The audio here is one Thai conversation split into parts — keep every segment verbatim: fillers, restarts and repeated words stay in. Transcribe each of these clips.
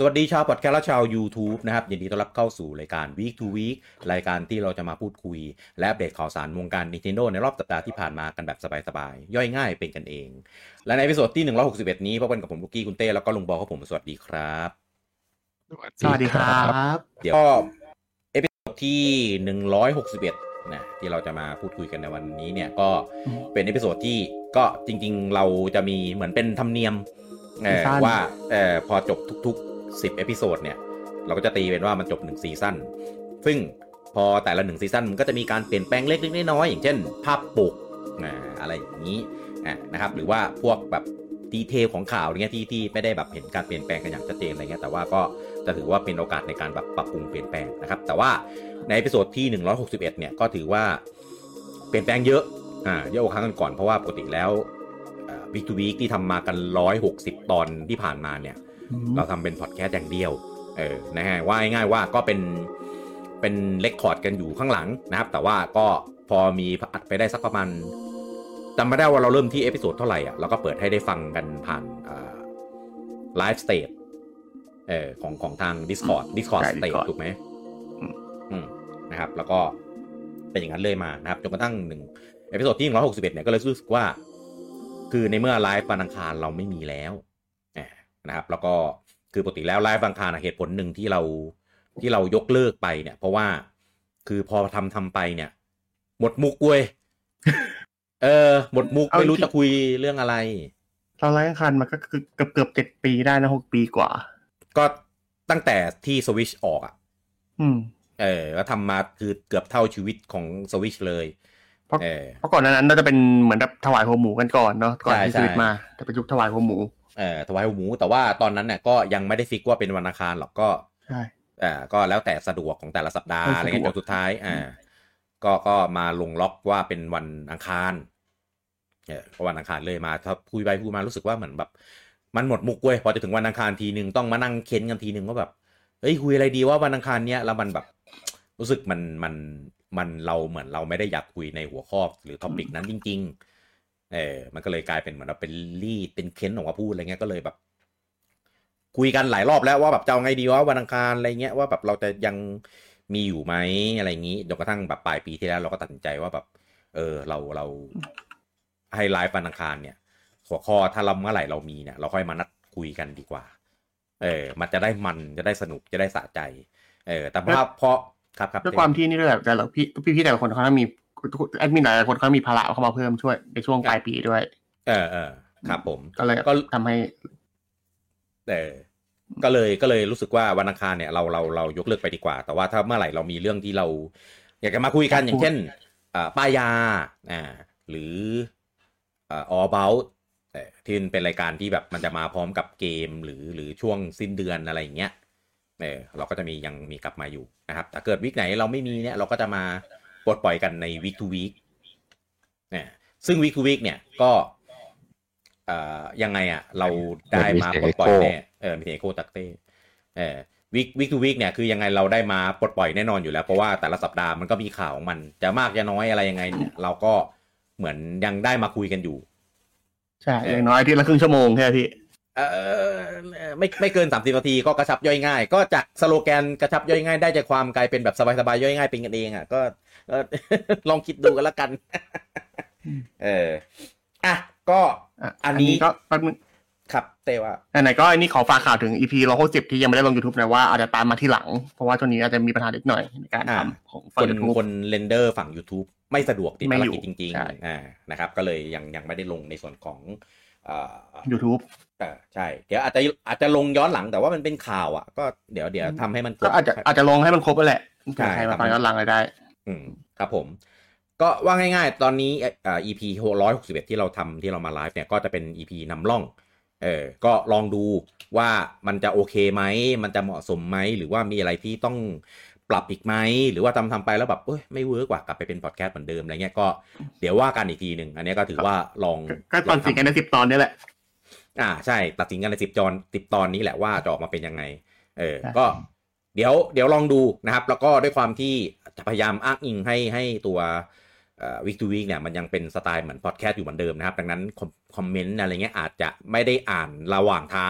สวัสดีชาวพอดแคสต์และชาว YouTube นะครับยินดีต้อนรับเข้าสู่รายการ Week to Week รายการที่เราจะมาพูดคุยและอัปเดตข่าวสารวงการ Nintendo ในรอบสัปดาห์ที่ผ่านมากันแบบสบายๆย่อยง่ายเป็นกันเองและในอีพิโซดที่หนึ่งร้อยหกสิบเอ็ดนี้พบกันกับผมลูกกี้คุณเต้แล้วก็ลุงบอลครับผมสวัสดีครับสวัสดีครับเดี๋ยวก็เอพิโซดที่หนึ่งร้อยหกสิบเอ็ดนะที่เราจะมาพูดคุยกันในวันนี้เนี่ยก็เป็นเอพิโซดที่ก็จริงๆเราจะมีเหมือนเป็นธรรมเนียมเอ่อว่าเอ่อพอจบทุกๆสิบเอพิโซดเนี่ยเราก็จะตีเป็นว่ามันจบหนึ่งซีซั่นซึ่งพอแต่ละหนึ่งซีซั่นมันก็จะมีการเปลี่ยนแปลงเล็กๆน้อยๆอย่างเช่นภาพปกอ่าอะไรอย่างนี้อ่ะนะครับหรือว่าพวกแบบดีเทลของข่าวเงี้ยที่ที่ไม่ได้แบบเห็นการเปลี่ยนแปลงกันอย่างชัดเจนอะไรเงี้ยแต่ว่าก็จะถือว่าเป็นโอกาสในการแบบปรับปรุงเปลี่ยนแปลงนะครับแต่ว่าในเอพิโซดที่หนึ่งร้อยหกสิบเอ็ดเนี่ยก็ถือว่าเปลี่ยนแปลงเยอะอ่าเยอะกว่าครั้งก่อนเพราะว่าปกติแล้วWeek to Week ที่ทำมากันหนึ่งร้อยหกสิบตอนที่ผ่านมาเนี่ยเราทำเป็นพอดแคสต์อย่างเดียวเออนะฮะว่าง่ายๆว่าก็เป็นเป็นเรคคอร์ดกันอยู่ข้างหลังนะครับแต่ว่าก็พอมีอัดไปได้สักประมาณจำไม่ได้ว่าเราเริ่มที่เอพิโซดเท่าไหร่อ่ะเราก็เปิดให้ได้ฟังกันผ่านไลฟ์สเตจเออของของทาง Discord Discord Stage ถูกไหมอืมนะครับแล้วก็เป็นอย่างนั้นเลยมานะครับจนกระทั่งหนึ่งเอพิโซดที่หนึ่งร้อยหกสิบเอ็ดเนี่ยก็เลยรู้สึกว่าคือในเมื่อไลฟ์วันอังคารเราไม่มีแล้วนะครับแล้วก็คือปกติแล้วไลฟ์วันอังคารเหตุผลหนึ่งที่เราที่เรายกเลิกไปเนี่ยเพราะว่าคือพอทำทำไปเนี่ยหมดมุกเว้ยเออหมดมุกไม่รู้จะคุยเรื่องอะไรตอนไลฟ์วันอังคารมันก็คือเกือบเกือบเจ็ดปีได้นะหกปีกว่าก็ตั้งแต่ที่สวิชออกอ่ะอืมเออแล้วทำมาคือเกือบเท่าชีวิตของสวิชเลยเพราะเพราะก่อนนั้นน่าจะเป็นเหมือนแบบถวายหัวหมูกันก่อนเนาะก่อนที่สวิตมาจะเป็นยุคถวายหัวหมูเออถวายหัวหมูแต่ว่าตอนนั้นเนี่ยก็ยังไม่ได้ฟิกว่าเป็นวันอังคารหรอกก็ใช่อ่าก็แล้วแต่สะดวกของแต่ละสัปดาห์อะไรเงี้ยจนสุดท้ายอ่าก็ก็มาลงล็อกว่าเป็นวันอังคารเออเพราะวันอังคารเลยมาถ้าพูดไปพูดมารู้สึกว่าเหมือนแบบมันหมดมุกเว้ยพอจะถึงวันอังคารทีนึงต้องมานั่งเค้นกันทีนึงว่าแบบเฮ้ยคุยอะไรดีว่าวันอังคารเนี้ยแล้วมันแบบรู้สึกมันมันมันเราเหมือนเราไม่ได้อยากคุยในหัวข้อหรือท็อปิกนั้นจริงๆเออมันก็เลยกลายเป็นเหมือนเราเป็นรีดเป็นเค้นออกมาพูดอะไรเงี้ยก็เลยแบบคุยกันหลายรอบแล้วว่าแบบจะเอาไงดีว่าวันอังคารอะไรเงี้ยว่าแบบเราจะยังมีอยู่ไหมอะไรอย่างนี้จนกระทั่งแบบปลายปีที่แล้วเราก็ตัดสินใจว่าแบบเออเราเราให้ไลฟ์วันอังคารเนี่ยหัวข้อถ้าเราเมื่อไหร่เรามีเนี่ยเราค่อยมานัดคุยกันดีกว่าเออมันจะได้มันจะได้สนุกจะได้สะใจเออแต่เพราะเพราะครับครับด้วยความที่นี่ด้วยแบบแต่ละพี่พี่พี่แต่ละคนเขาต้องมีแอดมินหลายคนเขามีภาระเข้ามาเพิ่มช่วยในช่วงปลายปีด้วยเออเออครับผมก็เลยก็ทำให้เออก็เลยก็เลยรู้สึกว่าวันอังคารเนี่ยเราเราเรายกเลิกไปดีกว่าแต่ว่าถ้าเมื่อไหร่เรามีเรื่องที่เราอยากจะมาคุยกันอย่างเช่นอ่าป้ายาอ่าหรืออ่า all about ที่เป็นรายการที่แบบมันจะมาพร้อมกับเกมหรือหรือช่วงสิ้นเดือนอะไรอย่างเงี้ยเออเราก็จะมียังมีกลับมาอยู่นะครับแต่เกิดวีคไหนเราไม่มีเนี่ยเราก็จะมาปลดปล่อยกันใน week to week เนี่ยซึ่ง week to week เนี่ยก็เอ่อยังไงอ่ะเราได้มาปลดปล่อยแน่เออมีเอโคตักเต้เออ week week to week เนี่ยคือยังไงเราได้มาปลดปล่อยแน่นอนอยู่แล้วเพราะว่าแต่ละสัปดาห์มันก็มีข่าวของมันจะมากจะน้อยอะไรยังไงเนี่ยเราก็เหมือนยังได้มาคุยกันอยู่ใช่อย่างน้อยอาทิตย์ละครึ่งชั่วโมงแค่พี่เออไม่ไม่เกินสามสิบนาทีก็กระชับย่อยง่ายก็จากสโลแกนกระชับย่อยง่ายได้ใจความกลายเป็นแบบสบายๆย่อยง่ายเป็นกันเองอ่ะก็ลองคิดดูกันละกันเอออ่ะก็อันนี้ก็ครับเตว่าไหนๆก็อันนี้ขอฝากข่าวถึง อี พี หนึ่งร้อยหกสิบที่ยังไม่ได้ลง YouTube นะว่าอาจจะตามมาที่หลังเพราะว่าช่วงนี้อาจจะมีปัญหาเล็กหน่อยในการทำของฝั่ง YouTube คนเรนเดอร์ฝั่ง YouTube ไม่สะดวกติดภารกิจจริงๆอ่านะครับก็เลยยังยังไม่ได้ลงในส่วนของอ่า YouTube เออใช่เดี๋ยวอาจจะอาจจะลงย้อนหลังแต่ว่ามันเป็นข่าวอ่ะก็เดี๋ยวเดี๋ยวทำให้มันก็อาจจะอาจจะลงให้มันครบไปแหละใช่ใครมาฟังย้อนหลังเลยได้อืมครับผมก็ว่าง่ายๆตอนนี้อ่า อี พี หนึ่งร้อยหกสิบเอ็ดที่เราทำที่เรามาไลฟ์เนี่ยก็จะเป็น อี พี นำร่องเออก็ลองดูว่ามันจะโอเคไหมมันจะเหมาะสมไหมหรือว่ามีอะไรที่ต้องปรับอีกไหมหรือว่าทำทำไปแล้วแบบเอ้ยไม่เวิร์กว่ากลับไปเป็นพอดแคสต์เหมือนเดิมอะไรเงี้ยก็เดี๋ยวว่ากันอีกทีหนึ่งอันนี้ก็ถือว่าลองก็ตอนสิงกันในสิบตอนนี่แหละอ่าใช่ตัดสินกันในสิบตอนสิบตอนนี้แหละว่าจะออกมาเป็นยังไงเออก็เดี๋ยวเดี๋ยวลองดูนะครับแล้วก็ด้วยความที่จะพยายามอ้างอิงให้ให้ตัวเอ่อ week to week เนี่ยมันยังเป็นสไตล์เหมือนพอดแคสต์อยู่เหมือนเดิมนะครับดังนั้นคอมเมนต์อะไรเงี้ยอาจจะไม่ได้อ่านระหว่างทาง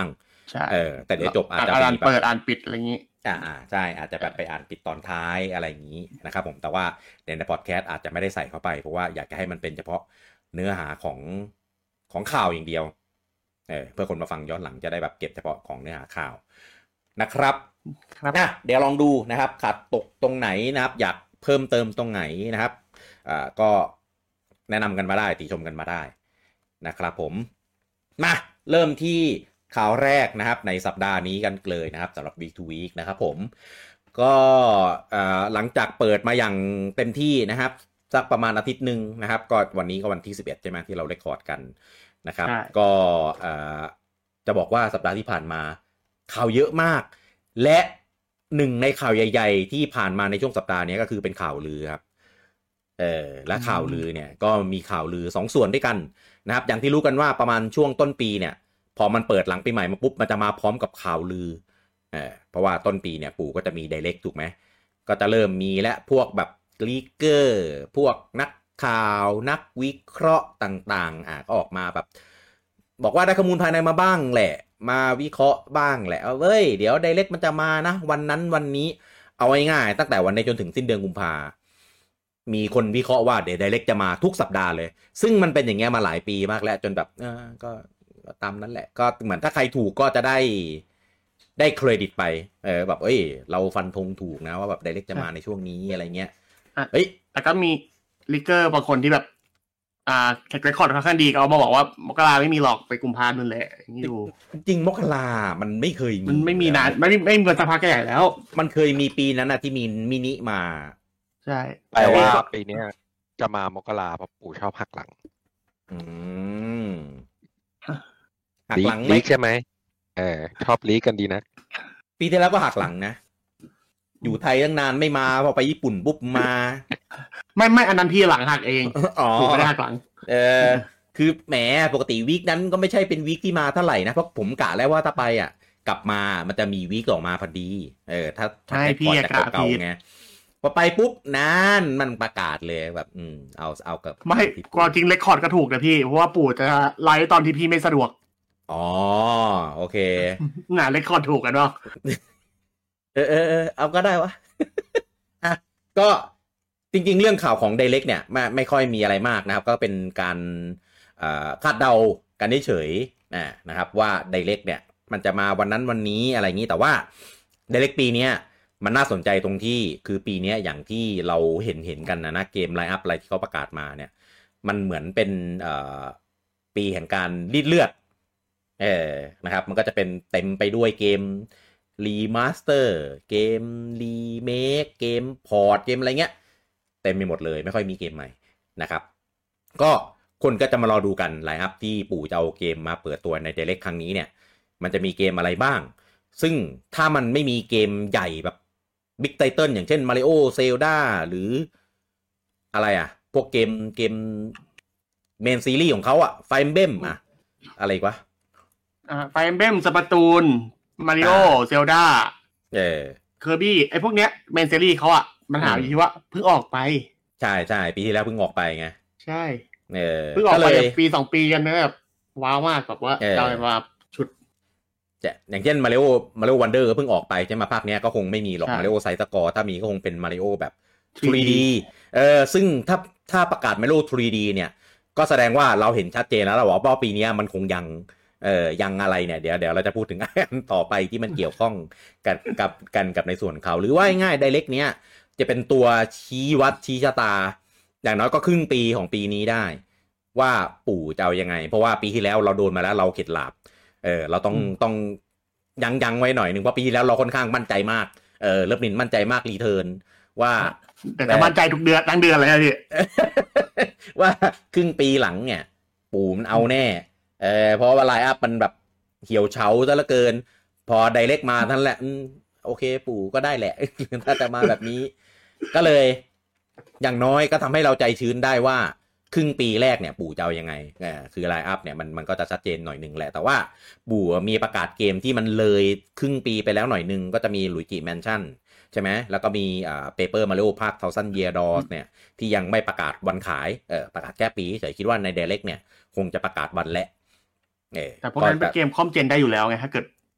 ใช่เออแต่เดี๋ยวจบอาจจะอ่านเปิดอ่านปิดอะไรอย่างนี้อ่าอ่าใช่อาจจะแบบไปอ่านปิดตอนท้ายอะไรอย่างนี้นะครับผมแต่ว่าในพอดแคสต์อาจจะไม่ได้ใส่เข้าไปเพราะว่าอยากจะให้มันเป็นเฉพาะเนื้อหาของของข่าวอย่างเดียวเออเพื่อคนมาฟังย้อนหลังจะได้แบบเก็บเฉพาะของเนื้อหาข่าวนะครับครับนะเดี๋ยวลองดูนะครับขาดตกตรงไหนนะครับอยากเพิ่มเติมตรงไหนนะครับอ่าก็แนะนำกันมาได้ติชมกันมาได้นะครับผมมาเริ่มที่ข่าวแรกนะครับในสัปดาห์นี้กันเลยนะครับสำหรับ week to week นะครับผมก็หลังจากเปิดมาอย่างเต็มที่นะครับสักประมาณอาทิตย์หนึ่งนะครับก็วันนี้ก็วันที่สิบเอ็ดใช่ไหมที่เราเรคคอร์ดกันนะครับก็จะบอกว่าสัปดาห์ที่ผ่านมาข่าวเยอะมากและหนึ่งในข่าวใหญ่ๆที่ผ่านมาในช่วงสัปดาห์นี้ก็คือเป็นข่าวลือครับเออและข่าวลือเนี่ยก็มีข่าวลือสองส่วนด้วยกันนะครับอย่างที่รู้กันว่าประมาณช่วงต้นปีเนี่ยพอมันเปิดหลังปีใหม่มาปุ๊บมันจะมาพร้อมกับข่าวลือเออเพราะว่าต้นปีเนี่ยปู่ก็จะมีไดเรกถูกไหมก็จะเริ่มมีและพวกแบบลีกเกอร์พวกนักข่าวนักวิเคราะห์ต่างๆอ่ะก็ออกมาแบบบอกว่าได้ข้อมูลภายในมาบ้างแหละมาวิเคราะห์บ้างแหละเว้ยเดี๋ยวไดเรกมันจะมานะวันนั้นวันนี้เอาง่ายๆตั้งแต่วันนี้จนถึงสิ้นเดือนกุมภามีคนวิเคราะห์ว่าเดี๋ยวไดเรกจะมาทุกสัปดาห์เลยซึ่งมันเป็นอย่างเงี้ยมาหลายปีมากแล้วจนแบบเออก็ตามนั้นแหละก็เหมือนถ้าใครถูกก็จะได้ได้เครดิตไปเออแบบเอ้ยเราฟันธงถูกนะว่าแบบไดเรกจะมาในช่วงนี้อะไรเงี้ยเฮ้ยแต่ก็มีลิเกอร์บางคนที่แบบอ่าแท็กเรคคอร์ดค่อนข้างดีก็เอามาบอกว่ามกราไม่มีหรอกไปกุมภาพันธ์นั่นแหละอย่างนี้ดูจริงมกรามันไม่เคยมีมันไม่มีนานไม่ไม่มีสักพักใหญ่แล้วมันเคยมีปีนั้นนะที่มีมินิมาใช่แต่ว่าปีนี้จะมามกราเพราะปู่ชอบหักหลังอืมหักหลังลีกใช่ไหมเออชอบลีกกันดีนะปีที่แล้วก็หักหลังนะอยู่ไทยตั้งนานไม่มาพอไปญี่ปุ่นปุ๊บมาไม่ไม่อันนั้นพี่หลังหักเองอ๋อไม่ได้หักหลังเออคือแหมปกติวีคนั้นก็ไม่ใช่เป็นวีคที่มาเท่าไหร่นะเพราะผมกะแล้วว่าถ้าไปอ่ะกลับมามันจะมีวีคออกมาพอดีเออถ้าถ้าให้พี่กะเก่าไงพอไปปุ๊บนั่นมันประกาศเลยแบบอืมเอาเอากับไม่ความจริงเรคคอร์ดก็ถูกนะพี่เพราะว่าปู่จะไลฟ์ตอนที่พี่ไม่สะดวกอ๋อโอเคงานเรคคอร์ดถูกกันเนาะเออเออเออเอาก็ได้วะอ่ะก็จริงๆเรื่องข่าวของ Direct เนี่ยไม่ไม่ค่อยมีอะไรมากนะครับก็เป็นการคาดเดากันเฉยๆนะครับว่า Direct เนี่ยมันจะมาวันนั้นวันนี้อะไรอย่างนี้แต่ว่า Direct ปีนี้มันน่าสนใจตรงที่คือปีนี้อย่างที่เราเห็นเห็นกันนะนะเกมไลน์อัพอะไรที่เขาประกาศมาเนี่ยมันเหมือนเป็นปีแห่งการรีดเลือดเออนะครับมันก็จะเป็นเต็มไปด้วยเกมรีมาสเตอร์เกมรีเมคเกมพอร์ตเกมอะไรเงี้ยเต็มไปหมดเลยไม่ค่อยมีเกมใหม่นะครับก็คนก็จะมารอดูกันไลน์อัพที่ปู่จะเอาเกมมาเปิดตัวใน Direct ครั้งนี้เนี่ยมันจะมีเกมอะไรบ้างซึ่งถ้ามันไม่มีเกมใหญ่แบบบิ๊กไทเทิลอย่างเช่น Mario Zelda หรืออะไรอ่ะพวกเกมเกมเมนซีรีส์ของเขาอ่ะ Fire Emblem อ่ะอะไรวะอ่า Fire Emblem สปาตูนมาริโอเซลดาเออเคอร์บี้ไอ้พวกเนี้ยเมนซีรีส์เขาอ่ะมันหาอยู่ที่ว่าเพิ่งออกไปใช่ใช่ปีที่แล้วเพิ่งออกไปไงใช่เออเพิ่งออกไปปีสองปีกันนะแบบว้าวมากแบบว่าเราว่าชุดจะอย่างเช่นมาริโอมาริโอวันเดอร์ก็เพิ่งออกไปใช่ไหมภาคเนี้ยก็คงไม่มีหรอกมาริโอไซส์สกอร์ถ้ามีก็คงเป็นมาริโอแบบ ทรี ดี เออซึ่งถ้าถ้าประกาศมาริโอ ทรี ดี เนี่ยก็แสดงว่าเราเห็นชัดเจนแล้วว่าว่าปีนี้มันคงยังเอ่อยังอะไรเนี่ยเดี๋ยวเดี๋ยวเราจะพูดถึงอันต่อไปที่มันเกี่ยวข้องกันกับกันกับในส่วนเขาหรือว่าง่ายๆ Direct เนี้ยจะเป็นตัวชี้วัดชี้ชะตาอย่างน้อยก็ครึ่งปีของปีนี้ได้ว่าปู่จะเอายังไงเพราะว่าปีที่แล้วเราโดนมาแล้วเราเข็ดหลาบเออเราต้องต้องยังยังไว้หน่อยนึงเพราะปีที่แล้วเราค่อนข้างมั่นใจมากเออเลิฟนินมั่นใจมากรีเทิร์นว่าแต่มั่นใจทุกเดือนทั้งเดือนเลยพี่ว่าครึ่งปีหลังเนี่ยปู่มันเอาแน่เออเพราะว่าไลน์อัพมันแบบเหี่ยวเฉาซะเหลือเกินพอไดเรกมาท่านแหละโอเคปู่ก็ได้แหละถ้าจะมาแบบนี้ก็เลยอย่างน้อยก็ทำให้เราใจชื้นได้ว่าครึ่งปีแรกเนี่ยปู่จะเอายังไงอ่าคือไลน์อัพเนี่ยมันมันก็จะชัดเจนหน่อยนึงแหละแต่ว่าปู่มีประกาศเกมที่มันเลยครึ่งปีไปแล้วหน่อยนึงก็จะมีลุยจิแมนชั่นใช่ไหมแล้วก็มีอ่าเปเปอร์มาริโอภาค Thousand Year Door เนี่ยที่ยังไม่ประกาศวันขายเออประกาศแค่ปีเฉยคิดว่าใน Direct เนี่ยคงจะประกาศวันและแต่พวกนั้นเป็นเกมคอมเจนได้อยู่แล้วไงถ้าเกิด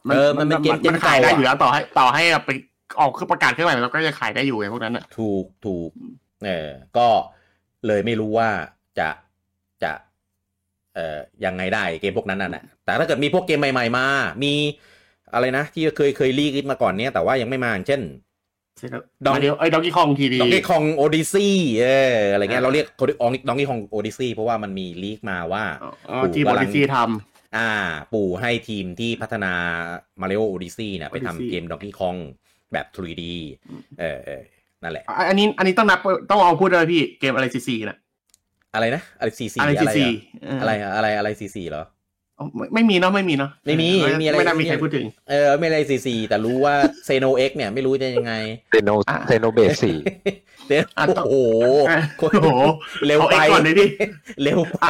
เออมันเป็นเกมเจนขายเก่าได้อะอยู่แล้วต่อให้ต่อให้ไปออกคือประกาศเครื่องใหม่เราก็จะขายได้อยู่ไงพวกนั้นอ่ะถูกถูกเออก็เลยไม่รู้ว่าจะจะเอ่อยังไงได้เกมพวกนั้นน่ะนะแต่ถ้าเกิดมีพวกเกมใหม่ๆมามีอะไรนะที่เคยเคยลีกมาก่อนเนี้ยแต่ว่ายังไม่มาอย่างเช่นดองกี้ไอ้ดองกี้คองทีดีดองกี้คองโอดิซี่เอออะไรเงี้ยเราเรียกดองกี้คองโอดิซี่เพราะว่ามันมีลีกมาว่าทีมโอดิซี่ทำอ่าปู่ให้ทีมที่พัฒนา Mario Odyssey เนี่ยไปทำเกม Donkey Kong แบบ ทรี ดี เออเออนั่นแหละอันนี้อันนี้ต้องนับต้องเอาพูดเลยพี่เกมอะไรซีซีน่ะอะไรนะอะไรซีซีอะไรซีซีอะไรอะไรอะไรซีซีเหรอไม่ไม่มีเนาะไม่มีเนาะไม่มีไม่มีอะไรไม่ได้มีใครพูดถึงเออไม่อะไรซีซีแต่รู้ว่าเซโนเอ็กเนี่ยไม่รู้จะยังไงเซโนเซโนเบสสี่โอ้โหโอ้โหเร็วไปก่อนเลยดิเร็วไป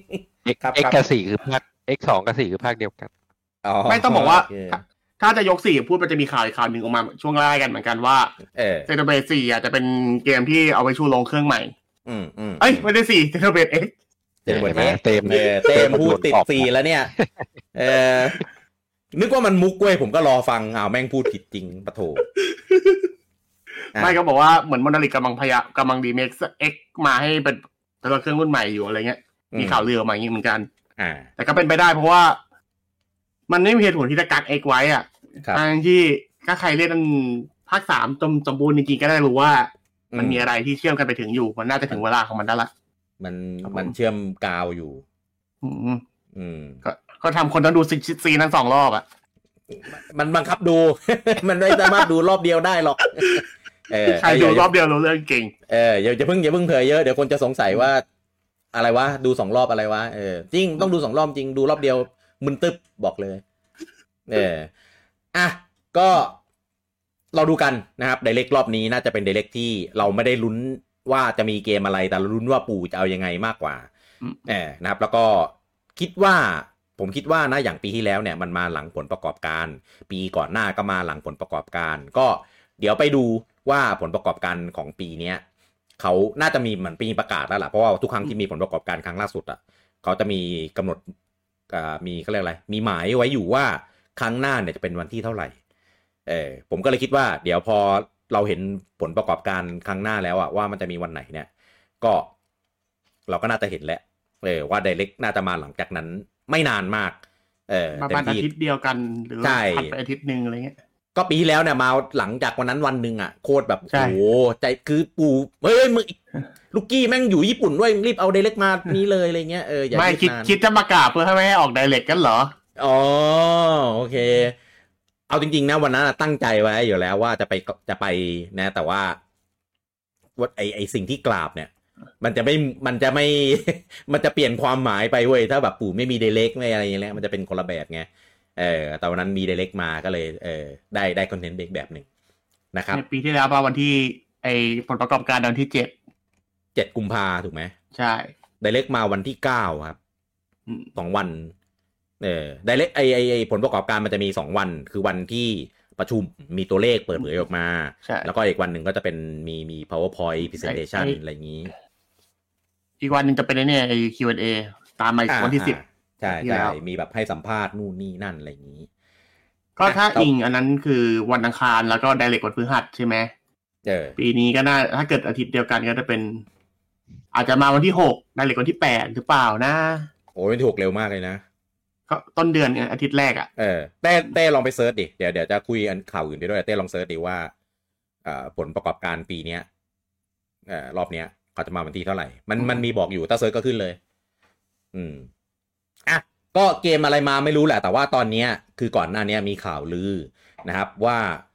X กับสี่คือภาค X สองกับสี่คือภาคเดียวกันไม่ต้องบอกว่าถ้าจะยกสี่พูดมันจะมีข่าวอีกข่าวหนึ่งออกมาช่วงแรกกันเหมือนกันว่าเซโนเบสสี่อ่ะจะเป็นเกมที่เอาไว้ชูลงเครื่องใหม่อืมอืมเอ้ยไม่ได้สี่เซโนเบสเอ็กเต็มเต็มเต็มพูดติดสี่แล้วเนี่ยเออนึกว่ามันมุกเว้ยผมก็รอฟังอ้าวแม่งพูดผิดจริงปะโถไม่ก็บอกว่าเหมือนมอนนาริกำลังพยายามกำลังดีเม็กซ์เอ็กมาให้เป็นตัวเครื่องรุ่นใหม่อยู่อะไรเงี้ยมีข่าวลือออกมาอย่างนี้เหมือนกันอ่าแต่ก็เป็นไปได้เพราะว่ามันไม่มีเหตุผลที่จะกักเอ็กไว้อ่ะทางที่ถ้าใครเล่นภาคสามจมสมบูรณ์จริงๆก็ได้รู้ว่ามันมีอะไรที่เชื่อมกันไปถึงอยู่มันน่าจะถึงเวลาของมันได้ละมันมันเชื่อมกาวอยู่อืมอืมก็ก็ทำคนต้องดูซีนั้นสองรอบอ่ะมันบังคับดู มันไม่สามารถดูรอบเดียวได้หรอกเออใครดูรอบเดียวรู้เรื่องเก่งเอออย่าอย่าเพิ่งอย่าเพิ่งเผยเยอะเดี๋ยวคนจะสงสัยว่าอะไรวะดูสองรอบอะไรวะเออจริงต้องดูสองรอบจริงดูรอบเดียวมึนตึ๊บบอกเลยเอออ่ะก็เราดูกันนะครับไดเรกรอบนี้น่าจะเป็นไดเรกที่เราไม่ได้ลุ้นว่าจะมีเกมอะไรแต่เราลุ้นว่าปู่จะเอายังไงมากกว่าเออนะครับแล้วก็คิดว่าผมคิดว่านะอย่างปีที่แล้วเนี่ยมันมาหลังผลประกอบการปีก่อนหน้าก็มาหลังผลประกอบการก็เดี๋ยวไปดูว่าผลประกอบการของปีนี้เขาน่าจะมีเหมือนปีประกาศแล้วล่ะเพราะว่าทุกครั้งที่มีผลประกอบการครั้งล่าสุดอ่ะเขาจะมีกำหนดมีเขาเรียกอะไรมีหมายไว้อยู่ว่าครั้งหน้าเนี่ยจะเป็นวันที่เท่าไหร่เออผมก็เลยคิดว่าเดี๋ยวพอเราเห็นผลประกอบการครั้งหน้าแล้วอะว่ามันจะมีวันไหนเนี่ยก็เราก็น่าจะเห็นแล้วเออว่า Direct น่าจะมาหลังจากนั้นไม่นานมากเออประมาณอาทิตย์เดียวกันหรือถัดไปอาทิตย์นึงอะไรเงี้ยก็ปีที่แล้วเนี่ยมาหลังจากวันนั้นวันนึงอะโคตรแบบโอ้โหใจคือปู่เฮ้ยมึงลูกกี้แม่งอยู่ญี่ปุ่นด้วยรีบเอา Direct มานี้เลยอะไรเงี้ยเอออย่าไม่คิดคิดจะประกาศเพื่อให้ไม่ให้ออก Direct กันเหรออ๋อโอเคเอาจริงๆนะวันนั้นตั้งใจไว้อยู่แล้วว่าจะไปจะไปนะแต่ว่าว่าไอไอสิ่งที่กราบเนี่ยมันจะไม่มันจะไม่ มันจะเปลี่ยนความหมายไปเว้ยถ้าแบบปู่ไม่มีเดเล็กไม่อะไรอย่างเงี้ยมันจะเป็นคนละแบบไงเออแต่วันนั้นมีเดเล็กมาก็เลยเออได้ได้คอนเทนต์อีกแบบหนึ่งนะครับในปีที่แล้วป่ะวันที่ไอผลประกอบการวันที่เจ็ดเจ็ดกุมภาถูกไหมใช่เดเล็กมาวันที่เก้าครับสองวันเออไดเรกไอไอไอผลประกอบการมันจะมีสองวันคือวันที่ประชุมมีตัวเลขเปิดเผยออกมาแล้วก็อีกวันหนึ่งก็จะเป็นมีมี PowerPoint Presentation อะไรอย่างนี้อีกวันนึงจะเป็นเนี่ยไอ คิว แอนด์ เอ ตามมาอีกวันที่สิบใช่ใช่มีแบบให้สัมภาษณ์นู่นนี่นั่นอะไรอย่างนี้ก็ถ้าอิงอันนั้นคือวันอังคารแล้วก็ไดเรกวันพฤหัสใช่ไหมเออปีนี้ก็น่าถ้าเกิดอาทิตย์เดียวกันก็จะเป็นอาจจะมาวันที่หกไดเรกวันที่แปดหรือเปล่านะโอ้ยถูกเร็วมากเลยนะก็ต้นเดือนไงอาทิตย์แรกอ่ะเออเต้เต้ลองไปเซิร์ชดิเดี๋ยวเดี๋ยวจะคุยอันข่าวอื่นด้วยเต้ลองเซิร์ชดิว่าอ่าผลประกอบการปีเนี้ยเอ่อรอบเนี้ยเขาจะมาวันที่เท่าไหร่มันมันมีบอกอยู่ถ้าเซิร์ชก็ขึ้นเลยอืมอ่ะก็เกมอะไรมาไม่รู้แหละแต่ว่าตอนนี้คือก่อนหน้านี้มีข่าวลือนะครับว่า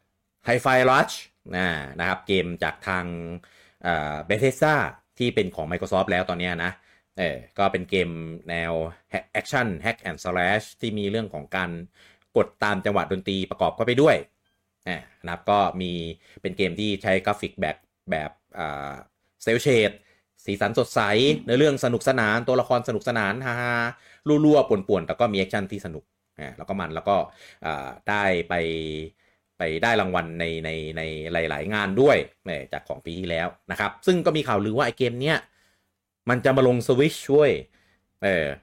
Hi-Fi Rush นะนะครับเกมจากทางอ่า Bethesda ที่เป็นของ Microsoft แล้วตอนนี้นะเออก็เป็นเกมแนว Action Hack and Slash ที่มีเรื่องของการกดตามจังหวะดนตรีประกอบเข้าไปด้วยนะครับก็มีเป็นเกมที่ใช้กราฟิกแบบแบบอ่าเซลเชดสีสันสดใสในเรื่องสนุกสนานตัวละครสนุกสนานฮาๆรั่วๆป่วนๆแต่ก็มีแอคชั่นที่สนุกอ่าแล้วก็มันแล้วก็อ่าได้ไปไปได้รางวัลในในในหลายๆงานด้วยจากของปีที่แล้วนะครับซึ่งก็มีข่าวลือว่าไอ้เกมเนี้ยมันจะมาลง Switch ช่วยเออ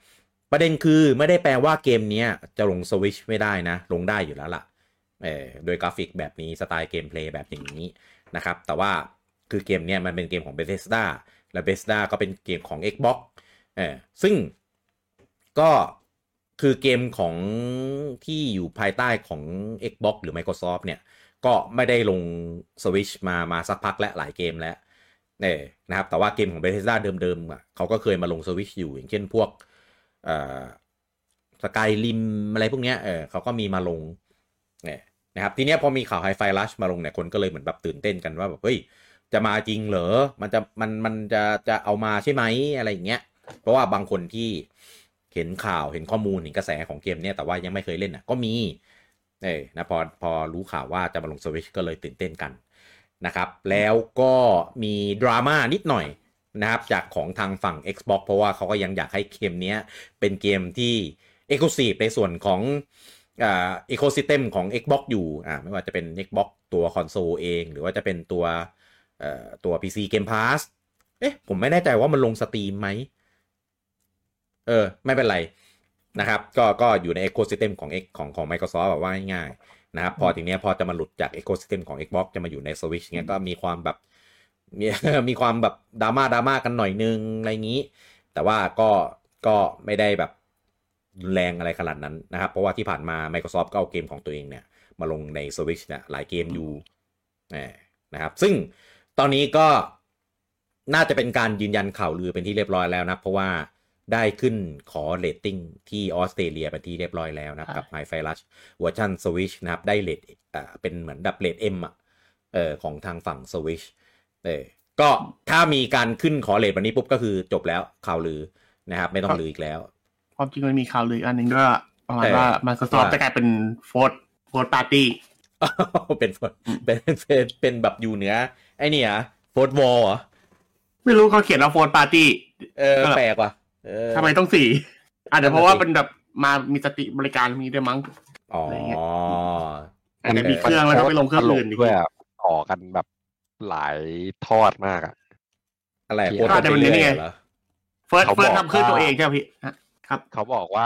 ประเด็นคือไม่ได้แปลว่าเกมนี้จะลง Switch ไม่ได้นะลงได้อยู่แล้วล่ะเออโดยกราฟิกแบบนี้สไตล์เกมเพลย์แบบอย่างนี้นะครับแต่ว่าคือเกมเนี้ยมันเป็นเกมของ Bethesda และ Bethesda ก็เป็นเกมของ Xbox เออซึ่งก็คือเกมของที่อยู่ภายใต้ของ Xbox หรือ Microsoft เนี่ยก็ไม่ได้ลง Switch มามาสักพักและหลายเกมแล้วเออนะครับแต่ว่าเกมของ Bethesda เดิมๆอ่ะเขาก็เคยมาลง Switch อยู่อย่างเช่นพวกเอ่อสกายริมอะไรพวกเนี้ยเออเขาก็มีมาลงเนี่ยนะครับทีเนี้ยพอมีข่าว Hi-Fi Rush มาลงเนี่ยคนก็เลยเหมือนแบบตื่นเต้นกันว่าแบบเฮ้ยจะมาจริงเหรอมันจะมันมันจะจะเอามาใช่ไหมอะไรอย่างเงี้ยเพราะว่าบางคนที่เห็นข่าวเห็นข้อมูลเห็นกระแสของเกมเนี่ยแต่ว่ายังไม่เคยเล่นอ่ะก็มีเออนะพอพอรู้ข่าวว่าจะมาลง Switch ก็เลยตื่นเต้นกันนะครับแล้วก็มีดราม่านิดหน่อยนะครับจากของทางฝั่ง Xbox เพราะว่าเขาก็ยังอยากให้เกมนี้เป็นเกมที่ Exclusive ในส่วนของอ่า Ecosystem ของ Xbox อยู่อ่าไม่ว่าจะเป็น Xbox ตัวคอนโซลเองหรือว่าจะเป็นตัวเอ่อตัว พี ซี Game Pass เอ๊ะผมไม่แน่ใจว่ามันลงสตรีมไหมเออไม่เป็นไรนะครับก็ก็อยู่ใน Ecosystem ของ X ของของ Microsoft แบบว่าง่ายๆนะครับพอทีเนี้ยพอจะมาหลุดจาก Ecosystem ของ Xbox จะมาอยู่ใน Switch เงี้ยก็มีความแบบมี มีความแบบดราม่าดราม่ากันหน่อยนึงอะไรอย่างนี้แต่ว่าก็ก็ไม่ได้แบบรุนแรงอะไรขนาดนั้นนะครับเพราะว่าที่ผ่านมา Microsoft ก็เอาเกมของตัวเองเนี่ยมาลงใน Switch เนี่ยหลายเกมอยู่นะครับซึ่งตอนนี้ก็น่าจะเป็นการยืนยันข่าวลือเป็นที่เรียบร้อยแล้วนะเพราะว่าได้ขึ้นขอเรตติ้งที่ออสเตรเลียเป็นที่เรียบร้อยแล้วนะกับ Hi-Fi Rush เวอร์ชัน Switch นะครับได้เรตอ่าเป็นเหมือนดับเรต M อ่ะเอ่อของทางฝั่ง Switch เออก็ถ้ามีการขึ้นขอเรตวันนี้ปุ๊บก็คือจบแล้วข่าวลือนะครับไม่ต้องลืออีกแล้วความจริงมันมีข่าวลืออันนึงก็ประมาณว่า Microsoft จะกลายเป็นโฟร์โฟร์ปาร์ตี้เป็นเป็นเป็นเป็นแบบอยู่เหนือไอ้นี่อ่ะโฟร์วอลเหรอไม่รู้เขาเขียนว่าโฟร์ปาร์ตี้เออแปลกว่ะทำไมต้องสี่อาจจะเพราะว่าเป็นแบบมามีสติบริการมีด้วยมั้งอ๋ออาจจะมีเครื่องแล้วก็ไปลงเครื่องอื่นด้วยอ่ะต่อกันแบบหลายทอดมากอ่ะอะไรโคตรจะเป็นนี่ไงเฟิร์สเฟิร์สทำเครื่องตัวเองใช่ไหมพี่ครับเขาบอกว่า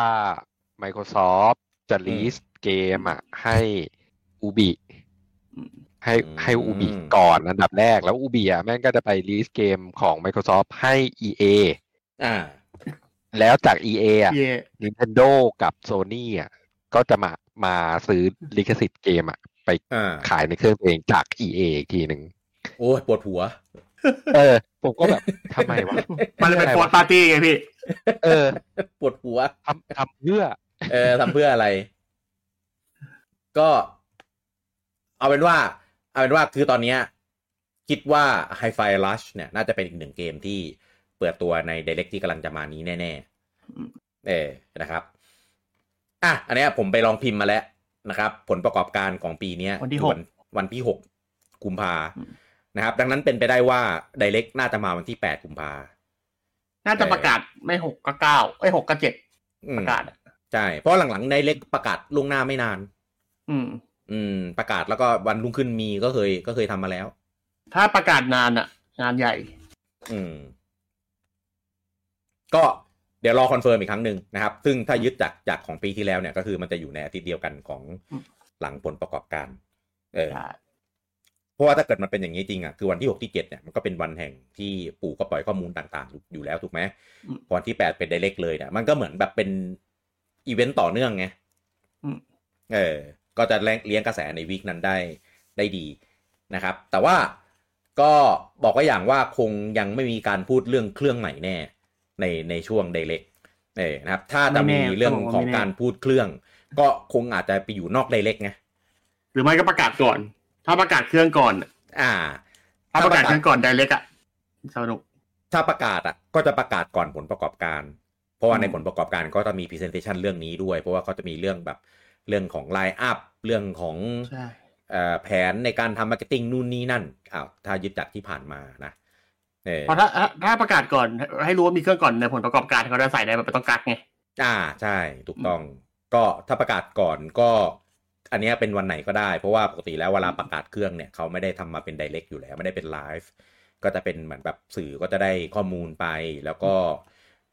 Microsoft จะลีสเกมอ่ะให้อูบิให้ให้อูบิก่อนอันดับแรกแล้วอูบิอ่ะแม่งก็จะไปลีสเกมของ Microsoft ให้ อี เออ่าแล้วจาก อี เอ อ่ะ Nintendo กับ Sony อ่ะก็จะมามาซื้อลิขสิทธิ์เกมอ่ะไปขายในเครื่องตัวเองจาก อี เอ อีกทีนึงโอ้ยปวดหัวเออผมก็แบบทำไมวะมันเลยเป็นโฟร์ปาร์ตี้ไงพี่เออปวดหัวทำทำเพื่อเออทำเพื่ออะไรก็เอาเป็นว่าเอาเป็นว่าคือตอนนี้คิดว่า Hi-Fi Rush เนี่ยน่าจะเป็นอีกหนึ่งเกมที่เปิดตัวใน Direct ที่กำลังจะมานี้แน่ๆเออนะครับอ่ะอันนี้ผมไปลองพิมพ์มาแล้วนะครับผลประกอบการของปีนี้วันที่หกวันที่หกกุมภานะครับดังนั้นเป็นไปได้ว่า Direct น่าจะมาวันที่แปดกุมภาน่าจะประกาศไม่หกก็เก้าเอ้ยหกก็เจ็ดประกาศใช่เพราะหลังๆ Direct ประกาศล่วงหน้าไม่นานอืมอืมประกาศแล้วก็วันรุ่งขึ้นมีก็เคยก็เคยทำมาแล้วถ้าประกาศนานอ่ะงานใหญ่อืมก็เดี๋ยวรอคอนเฟิร์มอีกครั้งหนึ่งนะครับซึ่งถ้ายึดจากจากของปีที่แล้วเนี่ยก็คือมันจะอยู่ในอาทิตย์เดียวกันของหลังผลประกอบการเออเพราะว่าถ้าเกิดมันเป็นอย่างนี้จริงอ่ะคือวันที่หกที่เจ็ดเนี่ยมันก็เป็นวันแห่งที่ปู่ก็ปล่อยข้อมูลต่างๆอยู่แล้วถูกไหมวันที่แปดเป็น Direct เลยเนี่ยมันก็เหมือนแบบเป็นอีเวนต์ต่อเนื่องไงเออก็จะเลี้ยงกระแสในวีคนั้นได้ได้ดีนะครับแต่ว่าก็บอกว่าอย่างว่าคงยังไม่มีการพูดเรื่องเครื่องใหม่แน่ในในช่วง Direct เออนะครับถ้าจะมีเรื่องของการพูดเครื่องก็คงอาจจะไปอยู่นอก Direct ไงหรือไม่ก็ประกาศก่อนถ้าประกาศเครื่องก่อนอ่าถ้าประกาศเครื่องก่อน Direct อ่ะสนุกถ้าประกาศอ่ะก็จะประกาศก่อนผลประกอบการเพราะว่าในผลประกอบการก็จะมี presentation เรื่องนี้ด้วยเพราะว่าเขาจะมีเรื่องแบบเรื่องของไลน์อัพเรื่องของแผนในการทำมาร์เก็ตติ้งนู่นนี่นั่นอ้าวถ้ายึดจากที่ผ่านมานะเพราะถ้าถ้าประกาศก่อนให้รู้ว่ามีเครื่องก่อนในผลประกอบการเขาจะใส่ได้แบบไม่ต้องกักไงอ่าใช่ถูกต้องก็ถ้าประกาศก่อนก็อันนี้เป็นวันไหนก็ได้เพราะว่าปกติแล้วเวลาประกาศเครื่องเนี่ยเขาไม่ได้ทำมาเป็น Direct อยู่แล้วไม่ได้เป็นไลฟ์ก็จะเป็นเหมือนแบบสื่อก็จะได้ข้อมูลไปแล้วก็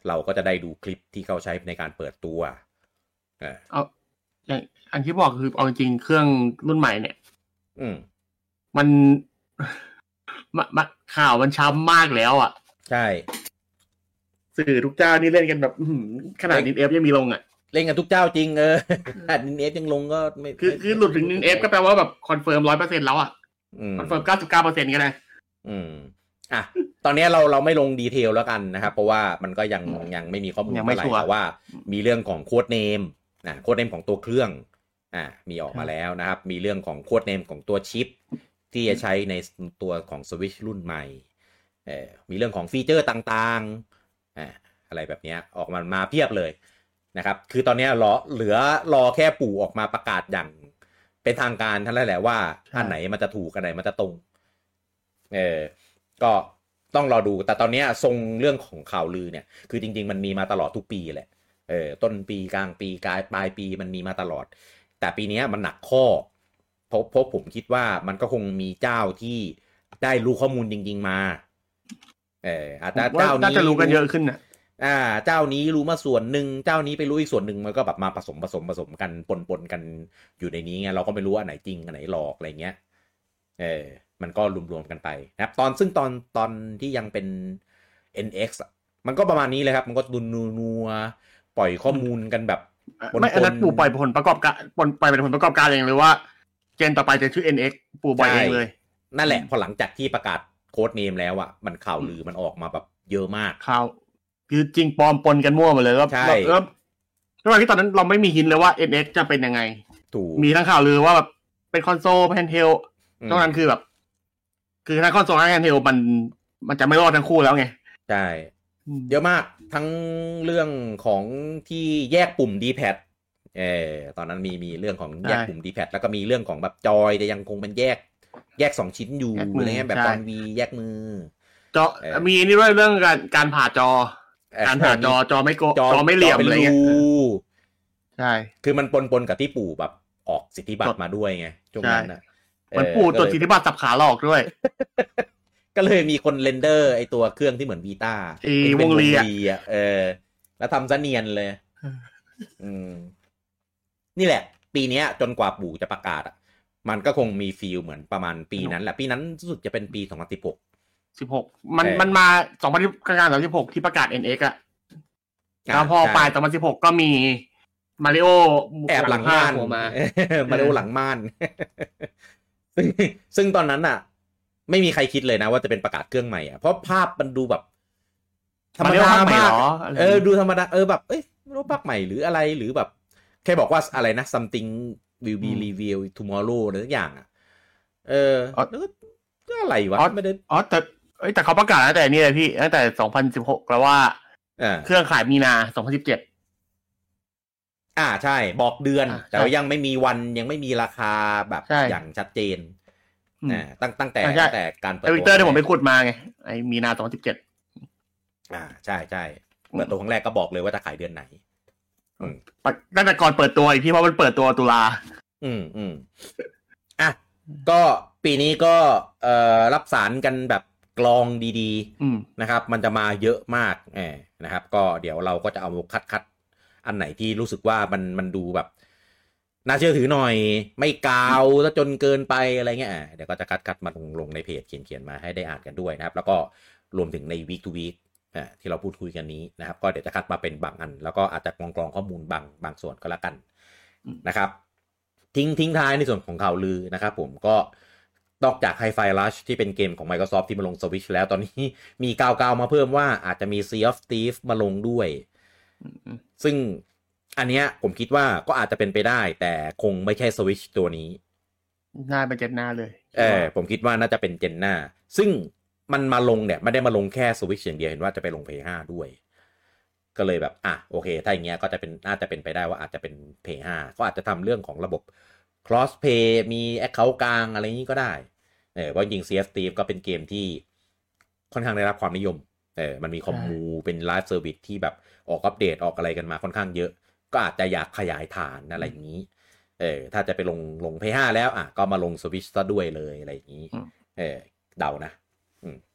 เราก็จะได้ดูคลิปที่เขาใช้ในการเปิดตัวเออเอาอย่างอันที่บอกคือเอาจริงเครื่องรุ่นใหม่เนี่ยอืมมันมันข่าวมันช้ำมากแล้วอ่ะใช่สื่อทุกเจ้านี่เล่นกันแบบขนาดนินเอฟยังมีลงอ่ะเล่นกันทุกเจ้าจริงเออนินเอฟยังลงก็ไม่คือคือหลุดถึงนินเอฟก็แปลว่าแบบคอนเฟิร์มร้อยเปอร์เซ็นต์แล้วอ่ะคอนเฟิร์มเก้าสิบเก้าเปอร์เซ็นต์ก็ได้อืมอ่ะตอนนี้เราเราไม่ลงดีเทลแล้วกันนะครับเพราะว่ามันก็ยังยังไม่มีข้อมูลเท่าไหร่แต่ว่ามีเรื่องของโค้ดเนมนะโค้ดเนมของตัวเครื่องอ่ามีออกมาแล้วนะครับมีเรื่องของโค้ดเนมของตัวชิปที่จะใช้ในตัวของ Switch รุ่นใหม่เอ่อมีเรื่องของฟีเจอร์ต่างๆอ่าอะไรแบบนี้ออกมามาเพียบเลยนะครับคือตอนนี้รอเหลือรอแค่ปู่ออกมาประกาศอย่างเป็นทางการเท่านั้นแหละว่าอันไหนมันจะถูกอันไหนมันจะตรงเออก็ต้องรอดูแต่ตอนนี้ทรงเรื่องของข่าวลือเนี่ยคือจริงๆมันมีมาตลอดทุกปีแหละเออต้นปีกลางปีกลายปลายปีมันมีมาตลอดแต่ปีนี้มันหนักข้อเพราะเพราะผมคิดว่ามันก็คงมีเจ้าที่ได้รู้ข้อมูลจริงๆมาเอออาจจะเจ้านี้น่าจะรู้กันเยอะขึ้นนะอ่าเจ้านี้รู้มาส่วนหนึ่งเจ้านี้ไปรู้อีกส่วนหนึ่งมันก็แบบมาผสมผสมผสมกันปนปนกันอยู่ในนี้ไงเราก็ไม่รู้อันไหนจริงอันไหนหลอกอะไรเงี้ยเออมันก็รวมๆกันไปนะครับตอนซึ่งตอนตอนที่ยังเป็น เอ็น เอ็กซ์ มันก็ประมาณนี้เลยครับมันก็ดูนัวปล่อยข้อมูลกันแบบไม่อันนั้นปู่ปล่อยผลประกอบการปล่อยเป็นผลประกอบการเองเลยว่าเจนต่อไปจะชื่อ เอ็น เอ็กซ์ ปู่ปล่อยเองเลยนั่นแหละพอหลังจากที่ประกาศโค้ดเนมแล้วอ่ะมันข่าวลือมันออกมาแบบเยอะมากข่าวคือจริงปลอมปนกันมั่วหมดเลยแล้วแล้วแล้วที่ตอนนั้นเราไม่มีหินเลยว่า เอ็น เอ็กซ์ จะเป็นยังไงถูกมีทั้งข่าวลือว่าแบบเป็นคอนโซลแฮนด์เฮลตรงนั้นคือแบบคือถ้าคอนโซลแฮนด์เฮลมันมันจะไม่รอดทั้งคู่แล้วไงใช่เยอะมากทั้งเรื่องของที่แยกปุ่ม D-pad เออตอนนั้นมีมีเรื่องของแยกปุ่ม D-pad แล้วก็มีเรื่องของแบบจอยจะยังคงเป็นแยกแยกสองชิ้นอยู่อะไรเงี้ยแบบตอน V แยกมือจอมีนี่ด้วยเรื่องการการผ่าจอการผ่าจอจอไม่โกจอไม่เหลี่ยมอะไรเงี้ยใช่คือมันปนๆกับที่ปู่แบบออกสิทธิบัตรมาด้วยไงช่วงนั้นน่ะมันปู่ตัวสิทธิบัตรสับขาหลอกด้วยก็เลยมีคนเรนเดอร์ไอตัวเครื่องที่เหมือนวีต้าเป็นวงลีอ่ะเออแล้วทำซะเนียนเลยอืมนี่แหละปีนี้จนกว่าปู่จะประกาศอ่ะมันก็คงมีฟีลเหมือนประมาณปีนั้นแหละปีนั้นรู้สึกจะเป็นปีสองพันสิบหกสิบหกมันมันมาสองพันกลางๆสองพันสิบหกที่ประกาศ เอ็น เอ็กซ์ อ่ะแล้วพอปลายสองพันสิบหกก็มีมาริโอแอบหลังม่านมามาริโอหลังม่านซึ่งซึ่งตอนนั้นอ่ะไม่มีใครคิดเลยนะว่าจะเป็นประกาศเครื่องใหม่อ่ะเพราะภาพมันดูแบบธรรมดามากเออดูธรรมดาเออแบบเอ้ยไม่รู้ภาคใหม่หรืออะไรหรือแบบแค่บอกว่าอะไรนะ something will be revealed tomorrow หรือทุกอย่างอ่ะเออแล้วก็อะไรวะไม่ได้อ๋อแต่เอ้ยแต่เขาประกาศตั้งแต่นี่เลยพี่ตั้งแต่สองพันสิบหกแล้วว่าเครื่องขายมีนาสองพันสิบเจ็ดอ่าใช่บอกเดือนแต่ว่ายังไม่มีวันยังไม่มีราคาแบบอย่างชัดเจนอ่าตั้งตั้งแต่ตั้งแต่การเปิดตัวทวิตเตอร์ที่ผมไปขุดมาไงไอ้มีนาสองพันสิบเจ็ดอ่าใช่ใช่เปิดตัวครั้งแรกก็บอกเลยว่าจะขายเดือนไหนอืมตั้งแต่ก่อนเปิดตัวอีกที่เพราะมันเปิดตัวตุลาอืมอืมอ่ะก็ปีนี้ก็เอ่อรับสารกันแบบกลองดีๆนะครับมันจะมาเยอะมากแหมนะครับก็เดี๋ยวเราก็จะเอาคัดคัดอันไหนที่รู้สึกว่ามันมันดูแบบน่าเชื่อถือหน่อยไม่กาวซะจนเกินไปอะไรเงี้ยเดี๋ยวก็จะคัดคัดมาลงลงในเพจเขียนเขียนมาให้ได้อ่านกันด้วยนะครับแล้วก็รวมถึงใน week to week อ่าที่เราพูดคุยกันนี้นะครับก็เดี๋ยวจะคัดมาเป็นบางอันแล้วก็อาจจะกรองกรองข้อมูลบางบางส่วนก็แล้วกันนะครับทิ้งทิ้งท้ายในส่วนของข่าวลือนะครับผมก็นอกจาก Hi-Fi Rush ที่เป็นเกมของ Microsoft ที่มาลง Switch แล้วตอนนี้มีกาวๆมาเพิ่มว่าอาจจะมี Sea of Thieves มาลงด้วยซึ่งอันเนี้ยผมคิดว่าก็อาจจะเป็นไปได้แต่คงไม่ใช่ Switch ตัวนี้น่าเป็นเจนหน้าเลยเออผมคิดว่าน่าจะเป็นเจนหน้าซึ่งมันมาลงเนี่ยไม่ได้มาลงแค่ Switch อย่างเดียวเห็นว่าจะไปลง พี เอส ไฟว์ ด้วยก็เลยแบบอ่ะโอเคถ้าอย่างเงี้ยก็จะเป็นน่าจะเป็นไปได้ว่าอาจจะเป็น พี เอส ไฟว์ ก็อาจจะทำเรื่องของระบบ cross play มี account กลางอะไรนี้ก็ได้เออเพราะจริง Sea of Thieves ก็เป็นเกมที่ค่อนข้างได้รับความนิยมเออมันมีคอมมูเป็นไลฟ์เซอร์วิสที่แบบออกอัปเดตออกอะไรกันมาค่อนข้างเยอะก็อาจจะอยากขยายฐานอะไรอย่างนี้เออถ้าจะไปลงลง พี เอส ไฟว์ แล้วอ่ะก็มาลง Switch ซะด้วยเลยอะไรอย่างนี้เออเดานะอืม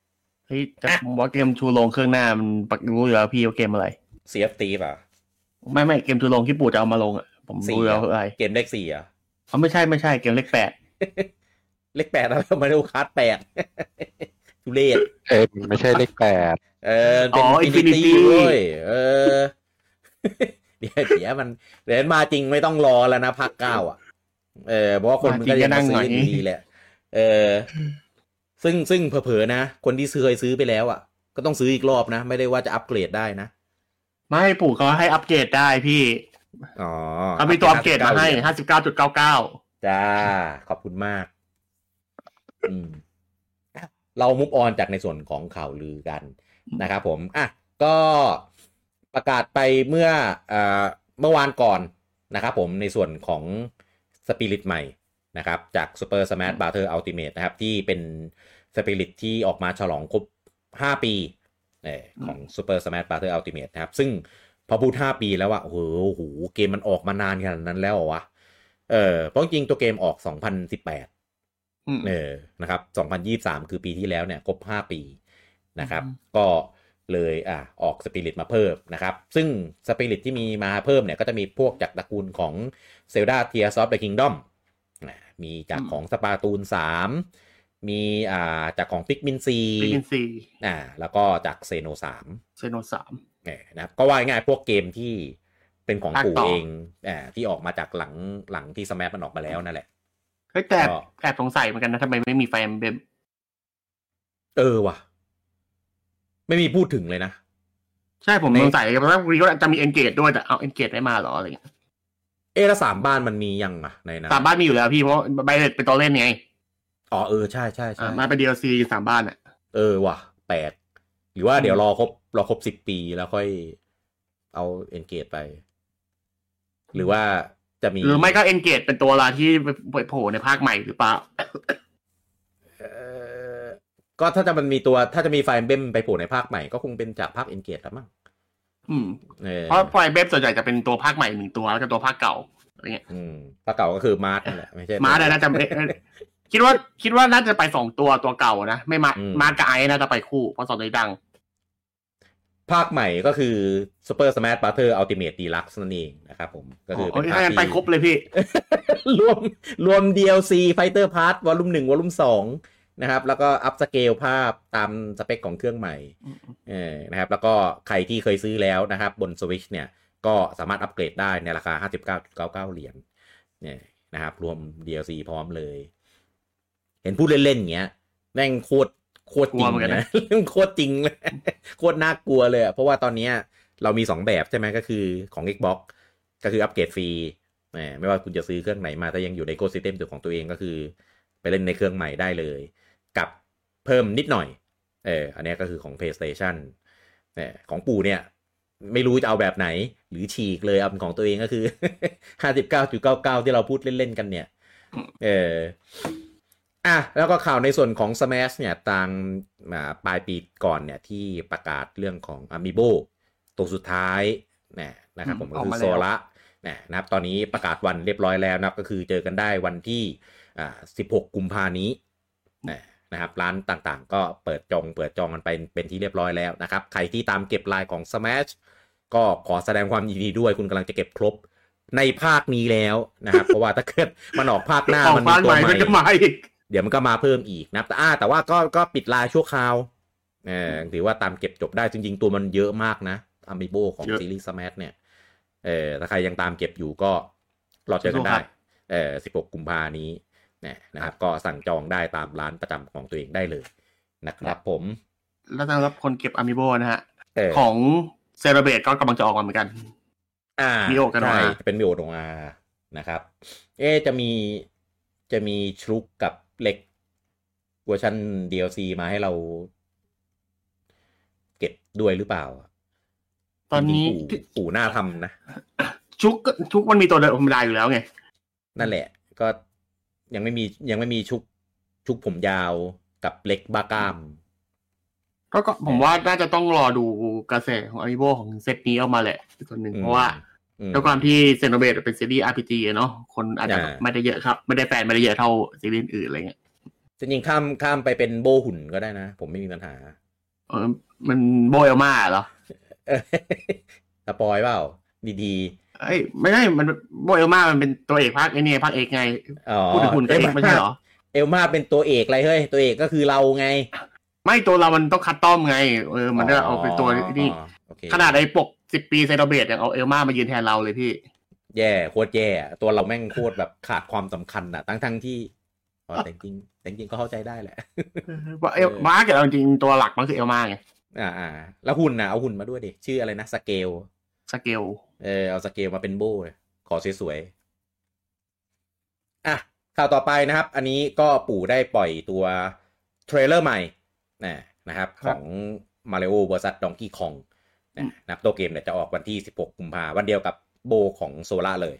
เฮ้ยแต่ผมว่าเกมชูโรงเครื่องหน้ามันปักรู้อยู่แล้วพี่ว่าเกมอะไรซี เอฟ ที ป่ะไม่ไม่เกมชูโรงที่ปู่จะเอามาลงอ่ะผมรู้แล้วอะไรเกมเลขสี่อ่ะเขาไม่ใช่ไม่ใช่เกมเลขแปดเลขแปดแล้วมาดูคาร์ดแปดทุเรศเอ้ยไม่ใช่เลขแปดเออเป็นอินฟินิตี้ด้วยเออเดี๋ยวเดี๋ยวมันเดี๋ยวมาจริงไม่ต้องรอแล้วนะภาคเก้าอ่ะเออเพราะว่าคนมันก็ยังมาซื้อดีแหละเออซึ่งซึ่งเผลอๆนะคนที่ซื้อเคยซื้อไปแล้วอ่ะก็ต้องซื้ออีกรอบนะไม่ได้ว่าจะอัปเกรดได้นะไม่ปู่เขาให้อัปเกรดได้พี่อ๋อเขามีตัวอัปเกรดมาให้ ห้าสิบเก้าจุดเก้าเก้าจ้าขอบคุณมากอืมเรามุฟออนจากในส่วนของข่าวลือกันนะครับผมอ่ะก็ประกาศไปเมื่อเอ่อเมื่อวานก่อนนะครับผมในส่วนของสปิริตใหม่นะครับจาก Super Smash Bros Ultimate นะครับที่เป็นสปิริตที่ออกมาฉลองครบห้าปีเอ่อของ Super Smash Bros Ultimate นะครับซึ่งพอพูดห้าปีแล้วอะโอ้โหเกมมันออกมานานขนาดนั้นแล้ววะเออเพราะจริงตัวเกมออกสองพันสิบแปดเออนะครับสองพันยี่สิบสามคือปีที่แล้วเนี่ยครบห้าปีนะครับก็เลยอ่ะออกสปิริตมาเพิ่มนะครับซึ่งสปิริตที่มีมาเพิ่มเนี่ยก็จะมีพวกจากตระกูลของ Zelda Tears of the Kingdom มีจากของสปาตูนสามมีอ่าจากของ Pikmin สี่ Pikmin สี่อ่าแล้วก็จากเซโนสามเซโนสามเนี่ยนะครับก็ว่าง่ายพวกเกมที่เป็นของปู่เองอ่าที่ออกมาจากหลังหลังที่ Smash มันออกมาแล้วนั่นแหละเฮ้ยแต่แอบสงสัยเหมือนกันนะทำไมไม่มีไฟเอ็มเบมเออว่ะไม่มีพูดถึงเลยนะใช่ผมสงสัยเพราะว่าวีก็จะมีเอนเกจด้วยแต่เอาเอนเกจไม่มาหรออะไรเงี้ยเออแล้วสามบ้านมันมียังอ่ะในนั้นสามบ้านมีอยู่แล้วพี่เพราะไบเรตเป็นตัวเล่นไงอ๋อเออใช่ใช่ใช่มาเป็น ดี แอล ซี สามบ้านอ่ะเออว่ะแปดหรือว่าเดี๋ยวรอครบรอครบสิบปีแล้วค่อยเอาเอนเกจไปหรือว่าจะมีหรือไม่ก็เอนเกจเป็นตัวละที่ไปโผล่ในภาคใหม่หรือเปล่าเออก็ถ้าจะมันมีตัวถ้าจะมีไฟเบมไปโผล่ในภาคใหม่ก็คงเป็นจากภาคเอนเกจแล้วมั้งอืมเพราะไฟเบมส่วนใหญ่จะเป็นตัวภาคใหม่หนึ่งตัวแล้วก็ตัวภาคเก่าอะไรเงี้ยอืมภาคเก่าก็คือมาร์ทนั่นแหละไม่ใช่มาร์ทน่าจะคิดว่าคิดว่าน่าจะไปสองตัวตัวเก่านะไม่มามาร์ทกับไอซ์น่าจะไปคู่เพราะสองตัวดังภาคใหม่ก็คือ Super Smash Bros Ultimate Deluxe นั่นเองนะครับผมก็คือเป็นภาคที่ไปครบเลยพี่รวมรวม ดี แอล ซี Fighter Pass Volume หนึ่ง Volume สองนะครับแล้วก็อัพสเกลภาพตามสเปคของเครื่องใหม่เออนะครับแล้วก็ใครที่เคยซื้อแล้วนะครับบน Switch เนี่ยก็สามารถอัปเกรดได้ในราคา ห้าสิบเก้าจุดเก้าเก้า เหรียญเนี่ยนะครับรวม ดี แอล ซี พร้อมเลยเห็นพูดเล่นๆอย่างเงี้ยแม่งโคตรโคตรจริงนะโคตรจริงเลยโคตรน่ากลัวเลยเพราะว่าตอนนี้เรามีสองแบบใช่ไหมก็คือของ Xbox ก็คืออัปเกรดฟรีไม่ว่าคุณจะซื้อเครื่องไหนมาแต่ยังอยู่ในอีโคซิสเต็มของตัวเองก็คือไปเล่นในเครื่องใหม่ได้เลยกับเพิ่มนิดหน่อยเอออันนี้ก็คือของ PlayStation เนี่ยของปู่เนี่ยไม่รู้จะเอาแบบไหนหรือฉีกเลยเอาเป็นของตัวเองก็คือ ห้าสิบเก้าจุดเก้าเก้า ที่เราพูดเล่นๆกันเนี่ยเอออ่ะแล้วก็ข่าวในส่วนของ Smash เนี่ยตางปลายปีก่อนเนี่ยที่ประกาศเรื่องของ Amiibo ตัวสุดท้ายนะนะครับผมก็คือโซละนะครับตอนนี้ประกาศวันเรียบร้อยแล้วนะก็คือเจอกันได้วันที่อ่าสิบหกกุมภาพันธ์นี้นะครับร้านต่างๆก็เปิดจองเปิดจองกันไปเป็นที่เรียบร้อยแล้วนะครับใครที่ตามเก็บลายของ Smash ก็ขอแสดงความยินดีด้วยคุณกำลังจะเก็บครบในภาคนี้แล้วนะครับเพราะว่าถ้าเกิดมันออกภาคหน้ามันมีตัวใหม่เดี๋ยวมันก็มาเพิ่มอีกนะแต่อ่าแต่ว่าก็ก็ปิดลายชั่วคราวเออถือว่าตามเก็บจบได้จริงๆตัวมันเยอะมากนะAmiibo ของซีรีส์ Smash เนี่ยเออถ้าใครยังตามเก็บอยู่ก็รอเจอกันได้เออสิบหกกุมภาพันธ์นี้นะครับก็สั่งจองได้ตามร้านประจำของตัวเองได้เลยนะครับผมแล้วสำหรับคนเก็บ Amiibo นะฮะของ Celebrate ก็กำลังจะออกมาเหมือนกันอ่ามิโอกันมาเป็นมิโอตรงอานะครับเอ๊จะมีจะมีชลุกกับเล็กเวอร์ชัน ดี แอล ซี มาให้เราเก็บด้วยหรือเปล่าตอนนี้ปู่หน้าทำนะชุกชุกมันมีตัวเดิมธรรมดาอยู่แล้วไงนั่นแหละก็ยังไม่มียังไม่มีชุกชุกผมยาวกับเล็กบ้ากล้ามก็ก็ผมว่าน่าจะต้องรอดูกระแสของ Amiibo ของเซตนี้ออกมาแหละส่วนหนึ่งเพราะว่าด้วยความที่ Xenoblade เป็นซีรีส์ อาร์ พี จี เนาะคนอาจจะไม่ได้เยอะครับไม่ได้แฟนไม่ได้เยอะเท่าซีรีส์อื่นอะไรเงี้ยจริงๆข้ามข้ามไปเป็นโบหุ่นก็ได้นะผมไม่มีปัญหาเออมันโบเอลมาเหรอสปอยเปล่าดีๆเอ้ยไม่ใช่มันโบเอลมามันเป็นตัวเอกภาคไอ้นี่ภาคเอกไงพูดถึงคุณก็เอกไม่ใช่เหรอเอลมาเป็นตัวเอกอะไรเฮ้ยตัวเอกก็คือเราไงไม่ตัวเรามันต้องคัสตอมไงเออมันจะเอาเป็นตัวนี่ขนาดไอ้ปกสิบปีไซโดเบตยังเอาเอลมามายืนแทนเราเลยพี่แย่โคตรแย่ตัวเราแม่งโคตรแบบขาดความสำคัญอ่ะทั้งทั้งที่อ๋อแต่จริงแต่จริงก็เข้าใจได้แหละว่าเอลมาเกิดเอาจริงตัวหลักมันคือเอลมาไงอ่าอ่าแล้วหุ่นนะเอาหุ่นมาด้วยดิชื่ออะไรนะสเกลสเกลเออเอาสเกลมาเป็นโบ้ขอสวยๆอ่ะข่าวต่อไปนะครับอันนี้ก็ปู่ได้ปล่อยตัวเทรลเลอร์ใหม่นะนะครับของ Mario เวอร์ซัส Donkey Kong นะนับตัวเกมเนี่ยจะออกวันที่สิบหกกุมภาพันธ์วันเดียวกับโบของโซล่าเลย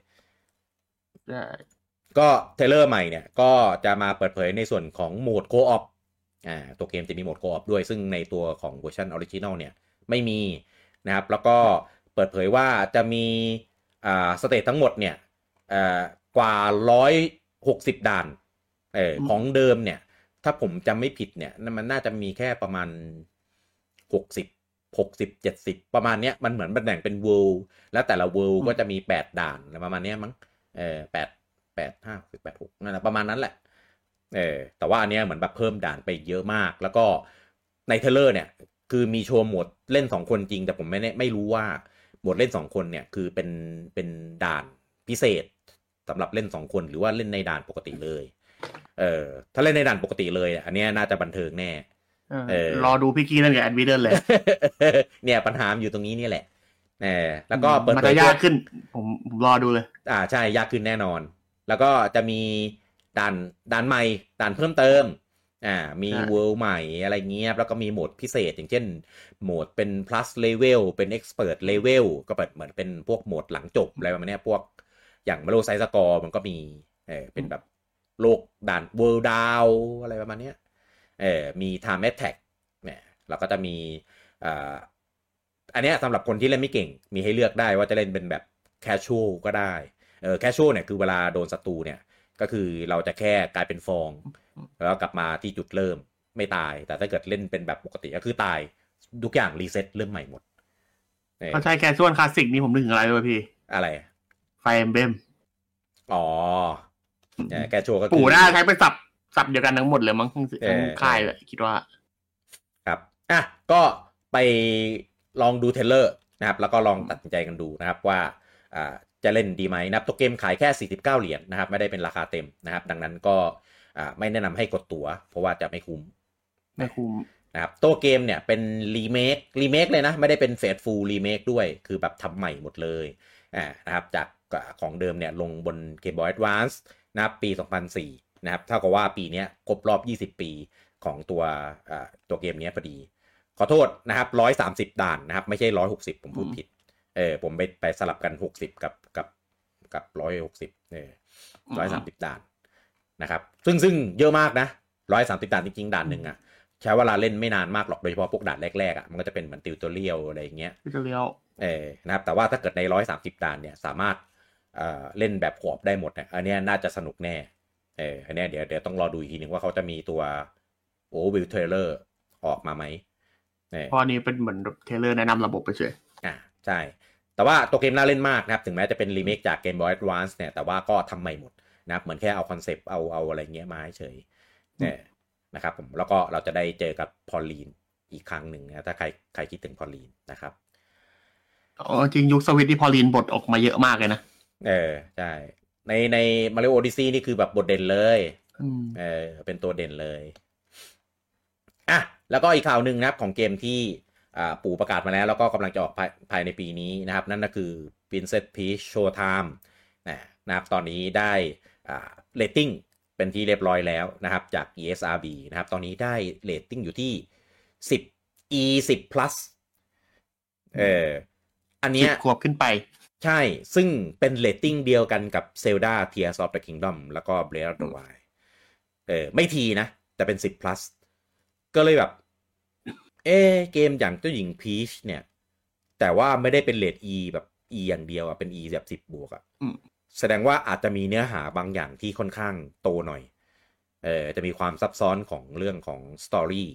ก็เทรลเลอร์ใหม่เนี่ยก็จะมาเปิดเผยในส่วนของโหมดโคออฟอ่าตัวเกมจะมีโหมดโคออฟด้วยซึ่งในตัวของเวอร์ชันออริจินอลเนี่ยไม่มีนะครับแล้วก็เปิดเผยว่าจะมีอ่าสเตจทั้งหมดเนี่ยอ่ากว่าหนึ่งร้อยหกสิบด่านเออของเดิมเนี่ยถ้าผมจำไม่ผิดเนี่ยมันน่าจะมีแค่ประมาณหกสิบ หกสิบ เจ็ดสิบประมาณเนี้ยมันเหมือนแบ่งเป็นเวิลด์แล้วแต่ละเวิลด์ก็จะมีแปดด่านประมาณเนี้ยมั้งเออแปด แปด ห้า สิบ แปด หกนั่นแหละประมาณนั้นแหละเออแต่ว่าอันเนี้ยเหมือนแบบเพิ่มด่านไปเยอะมากแล้วก็ในเทเลอร์เนี่ยคือมีโชว์โหมดเล่นสองคนจริงแต่ผมไม่ไม่รู้ว่าโหมดเล่นสองคนเนี่ยคือเป็นเป็นด่านพิเศษสำหรับเล่นสองคนหรือว่าเล่นในด่านปกติเลยเออถ้าเล่นในด่านปกติเลยอันนี้น่าจะบันเทิงแน่เออรอดูพี่กี้นั่นกับแอดวิเดอร์เลยเนี่ยปัญหาอยู่ตรงนี้นี่แหละเออแล้วก็เปิดมันจะยากขึ้นผมผมรอดูเลยอ่าใช่ยากขึ้นแน่นอนแล้วก็จะมีด่านด่านใหม่ด่านเพิ่มเติมอ่ามีเวิลด์ใหม่อะไรเงี้ยแล้วก็มีโหมดพิเศษอย่างเช่นโหมดเป็น plus level เป็น expert level ก็แบบเหมือนเป็นพวกโหมดหลังจบอะไรประมาณนี้พวกอย่างมาโลไซส์สกอร์มันก็มีเออเป็นแบบโลกด่าน world down อะไรประมาณนี้เออมี time attack เนี่ยแล้วก็จะมีอ่าอันนี้สำหรับคนที่เล่นไม่เก่งมีให้เลือกได้ว่าจะเล่นเป็นแบบ casual ก็ได้เออ casual เนี่ยคือเวลาโดนศัตรูเนี่ยก็คือเราจะแค่กลายเป็นฟองแล้วกลับมาที่จุดเริ่มไม่ตายแต่ถ้าเกิดเล่นเป็นแบบปกติก็คือตายทุกอย่างรีเซ็ตเริ่มใหม่หมดเขาใช้แคชชวลคลาสสิกนี่ผมนึกถึงอะไรด้วยพี่อะไรไฟเอ็มเบมอ๋อแคชชวลก็ปู่น่าใช้เป็นศัพท์ศัพท์เดียวกันทั้งหมดเลยมั้งทั้งค่ายเลยคิดว่าครับอ่ะก็ไปลองดูเทเลอร์นะครับแล้วก็ลองตัดสินใจกันดูนะครับว่าอ่าจะเล่นดีไหมนะครับตัวเกมขายแค่สี่สิบเก้าเหรียญนะครับไม่ได้เป็นราคาเต็มนะครับดังนั้นก็ไม่แนะนำให้กดตั๋วเพราะว่าจะไม่คุ้มไม่คุ้มนะครับตัวเกมเนี่ยเป็นรีเมครีเมคเลยนะไม่ได้เป็นเฟสฟูลรีเมคด้วยคือแบบทำใหม่หมดเลยอ่านะครับจากของเดิมเนี่ยลงบน Game Boy Advance นะครับปีสองพันสี่นะครับเท่ากับว่าปีนี้ครบรอบยี่สิบปีของตัวตัวเกมนี้พอดีขอโทษนะครับหนึ่งร้อยสามสิบด่านนะครับไม่ใช่หนึ่งร้อยหกสิบผมพูดผิดเออผมไปไปสลับกันหกสิบกับกับกับหนึ่งร้อยหกสิบเออหนึ่งร้อยสามสิบด่านนะครับซึ่งซึ่งเยอะมากนะหนึ่งร้อยสามสิบด่านจริงๆด่านนึงอ่ะใช้เวลาเล่นไม่นานมากหรอกโดยเฉพาะพวกด่านแรกๆอ่ะมันก็จะเป็นเหมือนติวตอเรียลอะไรอย่างเงี้ยติวตอเรียลเออนะครับแต่ว่าถ้าเกิดในหนึ่งร้อยสามสิบด่านเนี่ยสามารถเอ่อเล่นแบบขอบได้หมดเนี่ยอันนี้น่าจะสนุกแน่เอออันนี้เดี๋ยวเดี๋ยวต้องรอดูอีกทีนึงว่าเขาจะมีตัวโอเวอร์วิวเทรลเลอร์ออกมาไหมเพราะนี้เป็นเหมือนเทรลเลอร์แนะนำระบบไปเฉยอ่าใช่แต่ว่าตัวเกมน่าเล่นมากนะครับถึงแม้จะเป็นรีเมคจาก Game Boy Advance เนี่ยแต่ว่าก็ทำใหม่หมดนะครับเหมือนแค่เอาคอนเซปต์เอาเอาอะไรเงี้ยมาให้เฉยเนี่ยนะครับผมแล้วก็เราจะได้เจอกับพอลลีนอีกครั้งหนึ่งนะถ้าใครใครคิดถึงพอลลีนนะครับอ๋อจริงยุคสวิตที่พอลลีนบทออกมาเยอะมากเลยนะเออใช่ในใน Mario Odyssey นี่คือแบบบทเด่นเลยเออเป็นตัวเด่นเลยอ่ะแล้วก็อีกข่าวหนึ่งนะครับของเกมที่ปู่ประกาศมาแล้วแล้วก็กำลังจะออกภายภายในปีนี้นะครับนั่นก็คือ Princess Peach Showtime นะครับตอนนี้ได้เรตติ้งเป็นที่เรียบร้อยแล้วนะครับจาก อี เอส อาร์ บี นะครับตอนนี้ได้เรตติ้งอยู่ที่สิบ อี สิบ plus เอออันเนี้ยขวบขึ้นไปใช่ซึ่งเป็นเรตติ้งเดียวกันกับ Zelda Tears of the Kingdom แล้วก็ Breath of the Wild เออไม่ทีนะแต่เป็นสิบ plus ก็เลยแบบเอ๊เกมอย่างเจ้าหญิงพีชเนี่ยแต่ว่าไม่ได้เป็นเรท E แบบ E อย่างเดียวอ่ะเป็น E แบบสิบบวกอ่ะแสดงว่าอาจจะมีเนื้อหาบางอย่างที่ค่อนข้างโตหน่อยเออจะมีความซับซ้อนของเรื่องของสตอรี่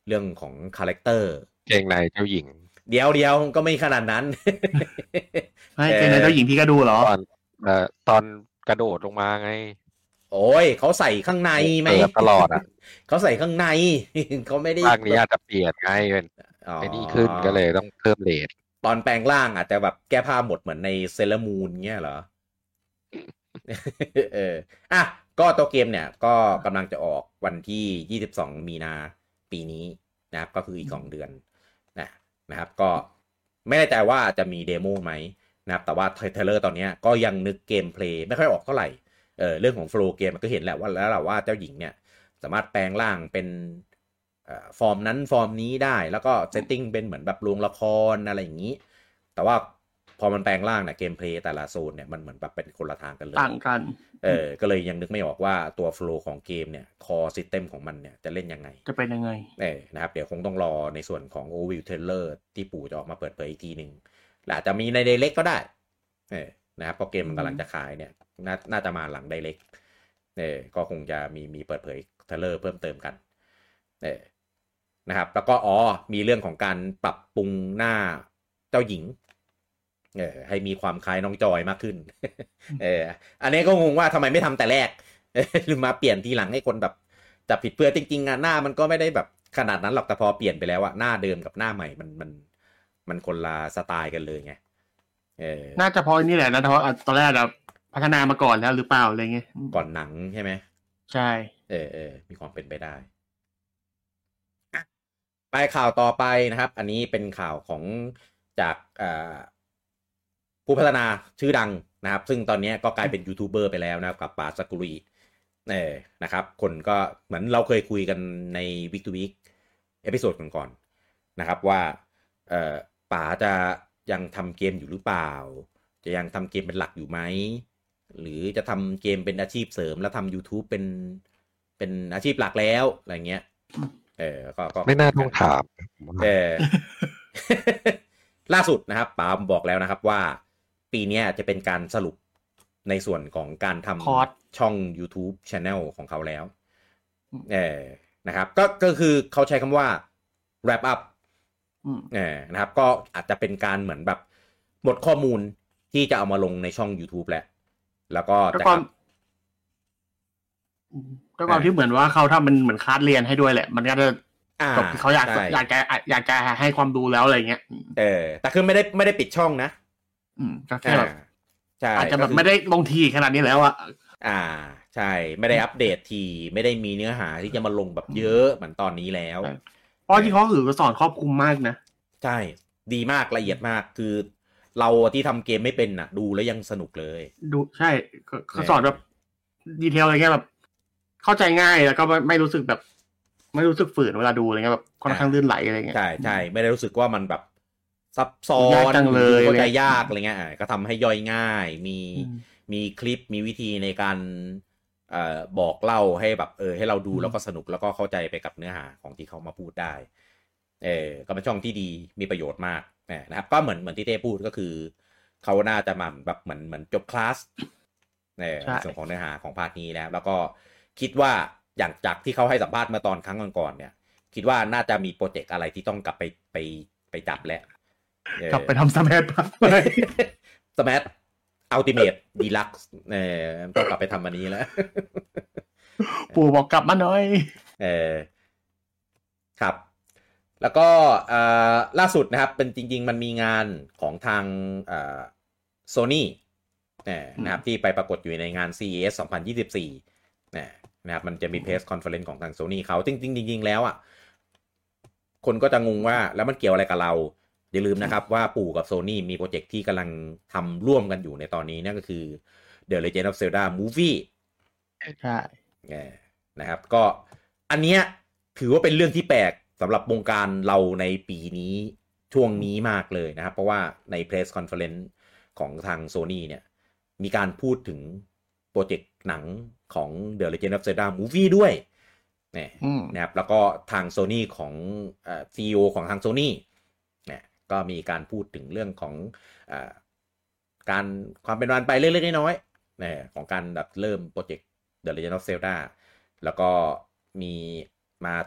เรื่องของคาแรคเตอร์เกงในเจ้าหญิงเดียวเดียวก็ไม่ขนาดนั้นไม่เกงในเจ้าหญิงพี่ก็ดูเหรอตอนเอ่อตอนกระโดดลงมาไงโอ้ยเขาใส่ข้างในไหมตลอดอ่ะเขาใส่ข้างในเขาไม่ได้ภาคนี้อาจจะเปลี่ยนไงเป็นไอ้นี่ขึ้นก็เลยต้องเพิ่มเรทตอนแปลงร่างอาจจะแบบแก้ผ้าหมดเหมือนในเซเลอร์มูนเงี้ยเหรอเอออ่ะก็ตัวเกมเนี่ยก็กำลังจะออกวันที่ยี่สิบสองมีนาปีนี้นะครับก็คืออีกสองเดือนนะนะครับก็ไม่แน่ใจว่าจะมีเดโมไหมนะครับแต่ว่าเทรลเลอร์ตอนนี้ก็ยังนึกเกมเพลย์ไม่ค่อยออกเท่าไหร่เออเรื่องของโฟลว์เกมมันก็เห็นแหละว่าแล้วแหละว่าเจ้าหญิงเนี่ยสามารถแปลงร่างเป็นฟอร์มนั้นฟอร์มนี้ได้แล้วก็เซตติ้งเป็นเหมือนแบบโรงละครอะไรอย่างนี้แต่ว่าพอมันแปลงร่างเนี่ยเกมเพลย์แต่ละโซนเนี่ยมันเหมือนแบบเป็นคนละทางกันเลยต่างกันเออก็เลยยังนึกไม่ออกว่าตัวโฟลว์ของเกมเนี่ยคอซิสเต็มของมันเนี่ยจะเล่นยังไงจะเป็นยังไงเออนะครับเดี๋ยวคงต้องรอในส่วนของ Overview Trailer ที่ปู่จะออกมาเปิดเผยอีกทีหนึ่งหรืออาจจะมีใน Direct ก็ได้เออนะครับเพราะเกมมันกำลังจะขายเนี่ยนน่าจะมาหลัง Direct เออก็คงจะมีมีเปิดเผยเทเลอร์เพิ่มเติมกันเออนะครับแล้วก็อ๋อมีเรื่องของการปรับปรุงหน้าเจ้าหญิงเออให้มีความคล้ายน้องจอยมากขึ้นเอออันนี้ก็งงว่าทำไมไม่ทำแต่แรกหรือมาเปลี่ยนทีหลังให้คนแบบจับผิดเพื่อจริงๆงานหน้ามันก็ไม่ได้แบบขนาดนั้นหรอกแต่พอเปลี่ยนไปแล้วอะหน้าเดิมกับหน้าใหม่มันมันมันคนละสไตล์กันเลยไงเออน่าจะพอนี่แหละนะเพราะตอนแรกเราพัฒนามาก่อนแล้วหรือเปล่าอะไรเงี้ยก่อนหนังใช่ไหมใช่เออเออมีความเป็นไปได้ไปข่าวต่อไปนะครับอันนี้เป็นข่าวของจากอ่าผู้พัฒนาชื่อดังนะครับซึ่งตอนนี้ก็กลายเป็นยูทูบเบอร์ไปแล้วนะครับกับปาซากุริเออนะครับคนก็เหมือนเราเคยคุยกันใน Week to Week เอพิโซดก่อนๆนะครับว่าเอ่อป๋าจะยังทำเกมอยู่หรือเปล่าจะยังทำเกมเป็นหลักอยู่ไหมหรือจะทำเกมเป็นอาชีพเสริมแล้วทำ YouTube เป็นเป็นอาชีพหลักแล้วอะไรเงี้ยเออก็ก็ไม่น่าต้องถามเออ ล่าสุดนะครับป๋าบอกแล้วนะครับว่าปีนี้จะเป็นการสรุปในส่วนของการทำช่อง YouTube Channel ของเขาแล้วเออนะครับก็ก็คือเขาใช้คำว่า wrap up เออนะครับก็อาจจะเป็นการเหมือนแบบหมดข้อมูลที่จะเอามาลงในช่อง YouTube แล้วแล้วก็จะก็ความที่เหมือนว่าเขาทำมันเหมือนคลาสเรียนให้ด้วยแหละมันก็จะจบเขาอยากอยากจะอยากจะให้ความรู้แล้วอะไรเงี้ยเออแต่คือไม่ได้ไม่ได้ปิดช่องนะอืมก็แค่แบบอาจจะแบบไม่ได้ลงทีขนาดนี้แล้วอ่ะอ่าใช่ไม่ได้อัปเดตทีไม่ได้มีเนื้อหาที่จะมาลงแบบเยอะเหมือนตอนนี้แล้วเพราะที่เขาถือก็สอนครอบคลุมมากนะใช่ดีมากละเอียดมากคือเราที่ทำเกมไม่เป็นน่ะดูแล้วยังสนุกเลยดูใช่เขาสอนแบบดีเทลอะไรเงี้ยแบบเข้าใจง่ายแล้วก็ไม่รู้สึกแบบไม่รู้สึกฝืนเวลาดูอะไรเงี้ยแบบค่อนข้างลื่นไหลอะไรเงี้ยใช่ใช่ไม่ได้รู้สึกว่ามันแบบซับซ้อนจังเลยเข้าใจยากอะไรเงี้ยก็ทำให้ย่อยง่ายมีมีคลิปมีวิธีในการเอ่อบอกเล่าให้แบบเออให้เราดูแล้วก็สนุกแล้วก็เข้าใจไปกับเนื้อหาของที่เขามาพูดได้เออก็เป็นช่องที่ดีมีประโยชน์มากนะครับก็เหมือนเหมือนที่เต้พูดก็คือเขาน่าจะมาแบบเหมือนเหมือนจบคลาสในส่วนของเนื้อหาของภาคนี้แล้วแล้วก็คิดว่าอย่างจากที่เขาให้สัมภาษณ์เมื่อตอนครั้งก่อนๆเนี่ยคิดว่าน่าจะมีโปรเจกต์อะไรที่ต้องกลับไปไปไปจับแล้วกลับไปทำสมัทสมัทอัลติเมทดีลักซ์เออต้องกลับไปทำอันนี้แล้วปู่บอกกลับมาหน่อยเออครับแล้วก็ล่าสุดนะครับเป็นจริงๆมันมีงานของทางโซนี่นะครับที่ไปปรากฏอยู่ในงาน ซี อี เอส สองพันยี่สิบสี่นะครับมันจะมีเพรสคอนเฟอเรนซ์ของทาง Sony เขาจริงๆจริงๆแล้วอ่ะคนก็จะงงว่าแล้วมันเกี่ยวอะไรกับเราอย่าลืมนะครับว่าปู่กับ Sony มีโปรเจกต์ที่กำลังทำร่วมกันอยู่ในตอนนี้นั่นก็คือ The Legend of Zelda Movie ใช่นะครับก็อันเนี้ยถือว่าเป็นเรื่องที่แปลกสำหรับวงการเราในปีนี้ช่วงนี้มากเลยนะครับเพราะว่าใน Press Conference ของทาง Sony เนี่ยมีการพูดถึงโปรเจกต์หนังของ The Legend of Zelda Movie ด้วยนะครับแล้วก็ทาง Sony ของเอ่อ ซี อี โอ ของทาง Sony เนี่ยก็มีการพูดถึงเรื่องของเอ่อการความเป็นวันไปเล็กๆน้อยๆเนี่ยของการแบบเริ่มโปรเจกต์ The Legend of Zelda แล้วก็มีมา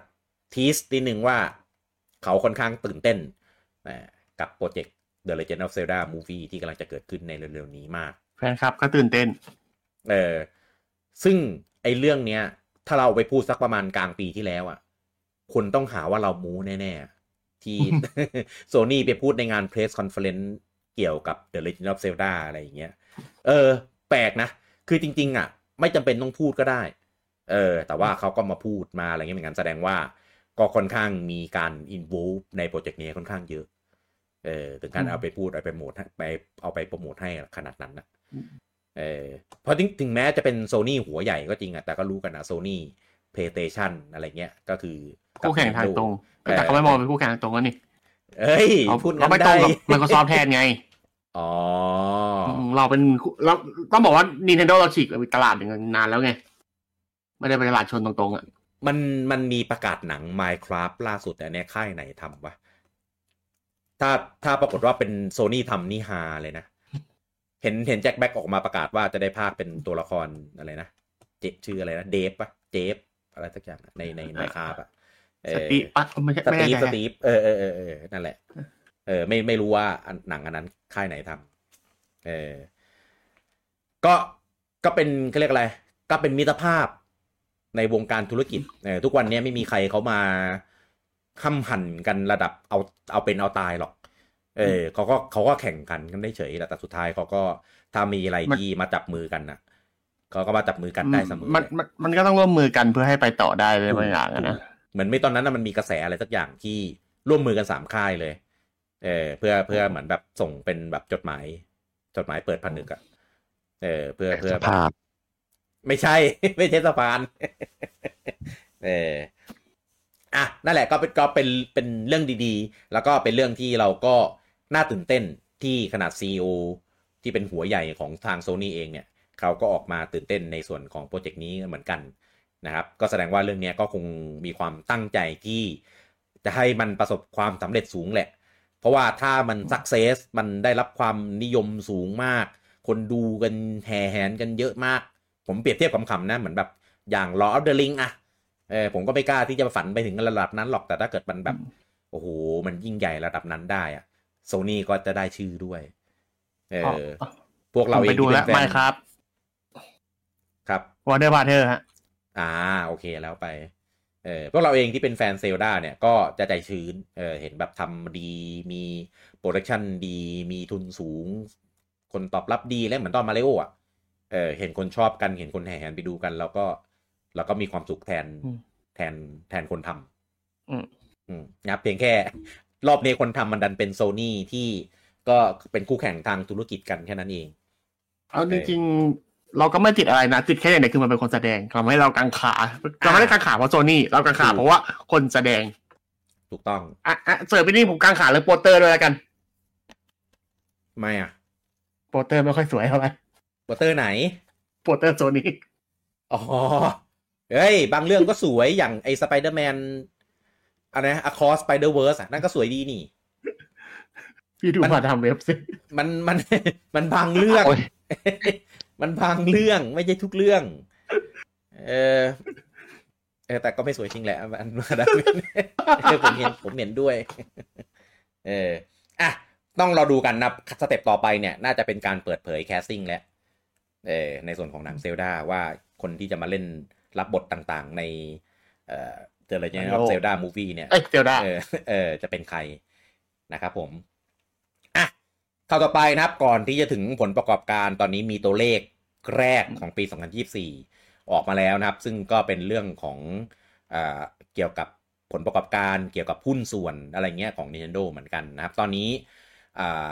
ทีสนิดนึงว่าเขาค่อนข้างตื่นเต้นกับโปรเจกต์ The Legend of Zelda Movie ที่กำลังจะเกิดขึ้นในเร็วๆนี้มากแฟนคลับก็ตื่นเต้นเออซึ่งไอ้เรื่องเนี้ยถ้าเราไปพูดสักประมาณกลางปีที่แล้วอ่ะคนต้องหาว่าเรามูแน่ๆที่ Sony ไปพูดในงาน Press Conference เกี่ยวกับ The Legend of Zelda อะไรอย่างเงี้ยเออแปลกนะคือจริงๆอ่ะไม่จำเป็นต้องพูดก็ได้เออแต่ว่าเขาก็มาพูดมาอะไรเงี้ยเหมือนกันแสดงว่าก็ค่อนข้างมีการ involve ในโปรเจกต์นี้ค่อนข้างเยอะเออถึงขั้นเอาไปพูดเอาไปโปรโมทไปเอาไปโปรโมทให้ขนาดนั้นนะเออเพราะถึงแม้จะเป็น Sony หัวใหญ่ก็จริงอ่ะแต่ก็รู้กันนะ Sony PlayStation อะไรเงี้ยก็คือคู่แข่งทางตรงแต่เขาไม่มองเป็นคู่แข่งทางตรงกันนี่เอ้ยพูดงั้นได้เราไม่ตรงกับ Microsoft แทนไงอ๋อเราเป็นเราต้องบอกว่า Nintendo เราฉีกไปตลาดหนึ่งนานแล้วไงไม่ได้ไปตลาดชนตรงๆอ่ะมันมันมีประกาศหนัง Minecraft ล่าสุดแต่เนี่ยค่ายไหนทำวะถ้าถ้าปรากฏว่าเป็น Sony ทำนี่ฮาเลยนะเห็นเห็นแจ็คแบ็กออกมาประกาศว่าจะได้ภาคเป็นตัวละครอะไรนะเจชื่ออะไรนะเดฟปะเจฟอะไรสักอย่างในใน Minecraft อ่ะสตีฟอ่ะไม่ใช่สตีฟสตีฟเออเออเออเออนั่นแหละเออไม่ไม่รู้ว่าหนังอันนั้นค่ายไหนทำเออก็ก็เป็นเขาเรียกอะไรก็เป็นมิตรภาพในวงการธุรกิจเออทุกวันนี้ไม่มีใครเขามาค้ำหั่นกันระดับเอาเอาเป็นเอาตายหรอกเออเขาก็เขาก็แข่งกันกันได้เฉยแต่สุดท้ายเขาก็ถ้ามีอะไรที่มาจับมือกันน่ะเขาก็มาจับมือกันได้เสมอมันมันมันก็ต้องร่วมมือกันเพื่อให้ไปต่อได้เลยบางอย่างนะเหมือนไม่ตอนนั้นมันมีกระแสอะไรสักอย่างที่ร่วมมือกันสามค่ายเลยเออเพื่อเพื่อเหมือนแบบส่งเป็นแบบจดหมายจดหมายเปิดผนึกอ่ะเออเพื่อเพื่อแบบไม่ใช่ไม่ใช่สะพานเอออ่ะนั่นแหละก็เป็นก็เป็นเป็นเรื่องดีๆแล้วก็เป็นเรื่องที่เราก็น่าตื่นเต้นที่ขนาด ซี อี โอ ที่เป็นหัวใหญ่ของทาง Sony เองเนี่ยเขาก็ออกมาตื่นเต้นในส่วนของโปรเจกต์นี้เหมือนกันนะครับก็แสดงว่าเรื่องนี้ก็คงมีความตั้งใจที่จะให้มันประสบความสำเร็จสูงแหละเพราะว่าถ้ามันสักเซสมันได้รับความนิยมสูงมากคนดูกันแห่แหนกันเยอะมากผมเปรียบเทียบขำๆนะเหมือนแบบอย่าง Lord of the Ring อะเออผมก็ไม่กล้าที่จะฝันไปถึงระดับนั้นหรอกแต่ถ้าเกิดมันแบบโอ้โหมันยิ่งใหญ่ระดับนั้นได้อะโซนี่ก็จะได้ชื่อด้วยเออพวกเราเองที่เป็นแฟนครับครับ Wonder Brother ฮะอ่าโอเคแล้วไปเออพวกเราเองที่เป็นแฟนเซลดาเนี่ยก็จะใจชื้นเออเห็นแบบทำดีมีโปรดักชันดีมีทุนสูงคนตอบรับดีและเหมือนตอนมาริโออ่ะเออเห็นคนชอบกันเห็นคนแห่แหนไปดูกันแล้วก็แล้วก็มีความสุขแทนแทนแทนคนทำอืมอืมนะเพียงแค่รอบนี้คนทำมันดันเป็นโซนี่ที่ก็เป็นคู่แข่งทางธุรกิจกันแค่นั้นเองเอาจริงๆเราก็ไม่ติดอะไรนะติดแค่อย่างเดียวคือมันเป็นคนแสดงทำให้เรากังขาเราไม่ได้กังขาเพราะโซนี่เรากังขาเพราะว่าคนแสดงถูกต้องอ่ะอ่ะเสิร์ฟไปนี่ผมกังขาเลยโปสเตอร์ด้วยแล้วกันไม่อ่ะโปสเตอร์ไม่ค่อยสวยเท่าไหร่โปสเตอร์ไหนโปสเตอร์โซนี่อ๋อเฮ้ยบางเรื่องก็สวยอย่างไอ้สไปเดอร์แมนอะไรนะ Across Spider-Verse อ่ะนั่นก็สวยดีนี่พี่ดูมาทำเว็บสิมันมันมันบางเรื่องมันบางเรื่องไม่ใช่ทุกเรื่องเออเออแต่ก็ไม่สวยจริงแหละอันนั้นผมเห็นผมเห็นด้วยเอออ่ะต้องเราดูกันนะสเต็ปต่อไปเนี่ยน่าจะเป็นการเปิดเผยแคสติ้งแล้วเออในส่วนของหนังเซลดาว่าคนที่จะมาเล่นรับบทต่างๆในเอ่อ The Legend of Zelda Movie เนี่ยเอ้ย Zelda เออเออจะเป็นใครนะครับผมอ่ะเข้าต่อไปนะครับก่อนที่จะถึงผลประกอบการตอนนี้มีตัวเลขแรกของปีสองพันยี่สิบสี่ออกมาแล้วนะครับซึ่งก็เป็นเรื่องของเอ่อเกี่ยวกับผลประกอบการเกี่ยวกับหุ้นส่วนอะไรเงี้ยของ Nintendo เหมือนกันนะครับตอนนี้อ่า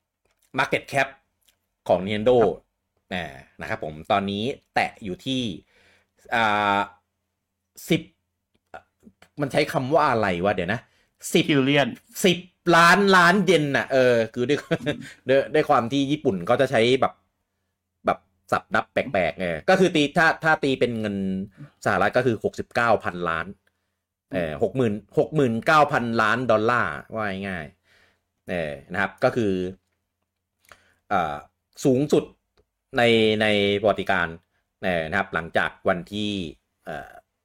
market cap ของ Nintendo นะครับผมตอนนี้แตะอยู่ที่อ่าสิบมันใช้คำว่าอะไรวะเดี๋ยวนะสิบ billion สิบล้านล้านเยนน่ะเออคือด้วยด้วยด้วยความที่ญี่ปุ่นก็จะใช้แบบแบบสับนับแปลกๆไงก็คือตีถ้าถ้าตีเป็นเงินสหรัฐก็คือหกสิบเก้าพันล้านเออหกหมื่นหกหมื่นเก้าพันล้านดอลลาร์ว่าง่ายๆเออนะครับก็คืออ่าสูงสุดในในประวัติการนะครับหลังจากวันที่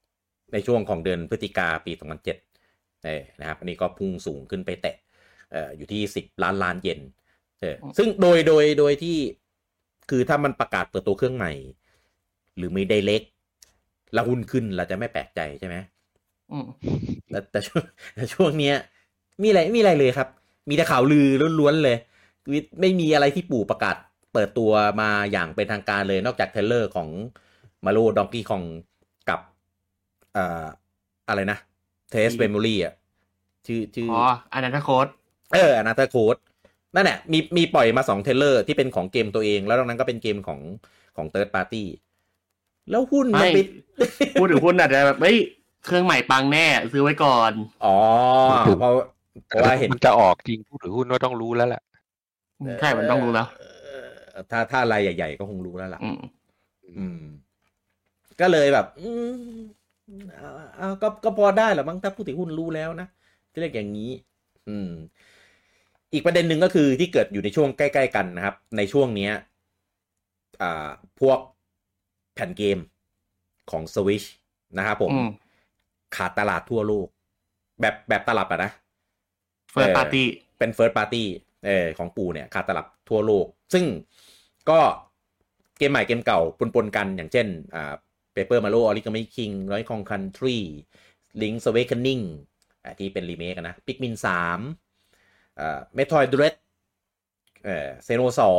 ในช่วงของเดือนพฤศจิกาปีสองพันเจ็ดเออนะครับอันนี้ก็พุ่งสูงขึ้นไปแตะเอ่ออยู่ที่สิบล้านล้านเยนเออซึ่งโดยโดยโดยที่คือถ้ามันประกาศเปิดตัวเครื่องใหม่หรือมีไดเรกแล้วหุ้นขึ้นเราจะไม่แปลกใจใช่ไหมอืมแต่แต่ช่วงแต่ช่วงเนี้ยมีอะไรมีอะไรเลยครับมีแต่ข่าวลือล้วนๆเลยไม่มีอะไรที่ปู่ประกาศเปิดตัวมาอย่างเป็นทางการเลยนอกจากเทรลเลอร์ของมาโลดองกี้คองกับอ่าอะไรนะเทสเมมโมรี่อ่ะชื่อชื่ออ๋ออนาธาโค้ดเอออนาธาโค้ดนั่นแหละมีมีปล่อยมาสองเทรลเลอร์ที่เป็นของเกมตัวเองแล้วตรงนั้นก็เป็นเกมของของเติร์ดปาร์ตี้แล้วหุ้นมันไปพูดถึงหุ้นอาจจะแบบเฮ้ยเครื่องใหม่ปังแน่ซื้อไว้ก่อนอ๋อเพราะเพราะว่าเห็นมันจะออกจริงพูดถึงหุ้นว่าต้องรู้แล้วแหละใช่มันต้องรู้แล้วถ้าถ้าอะไรใหญ่ๆก็คงรู้แล้วล่ะอืมก็เลยแบบอืมเอาก็ก็พอได้แหละมั้งถ้าพูดถึงหุ้นรู้แล้วนะที่เรียกอย่างนี้อืมอีกประเด็นหนึ่งก็คือที่เกิดอยู่ในช่วงใกล้ๆกันนะครับในช่วงนี้อ่าพวกแผ่นเกมของ Switch นะครับผมขาดตลาดทั่วโลกแบบแบบตลับอะนะ First Party เป็น First Party เออของปู่เนี่ยขาดตลับทั่วโลกซึ่งก็เกมใหม่เกมเก่าปนๆกันอย่างเช่นอ่า Paper Mario Origami King Donkey Kong Country Link's Awakening อ่าที่เป็นรีเมคนะ Pikmin สามอ่า Metroid Dread เอ่อ Xeno สอง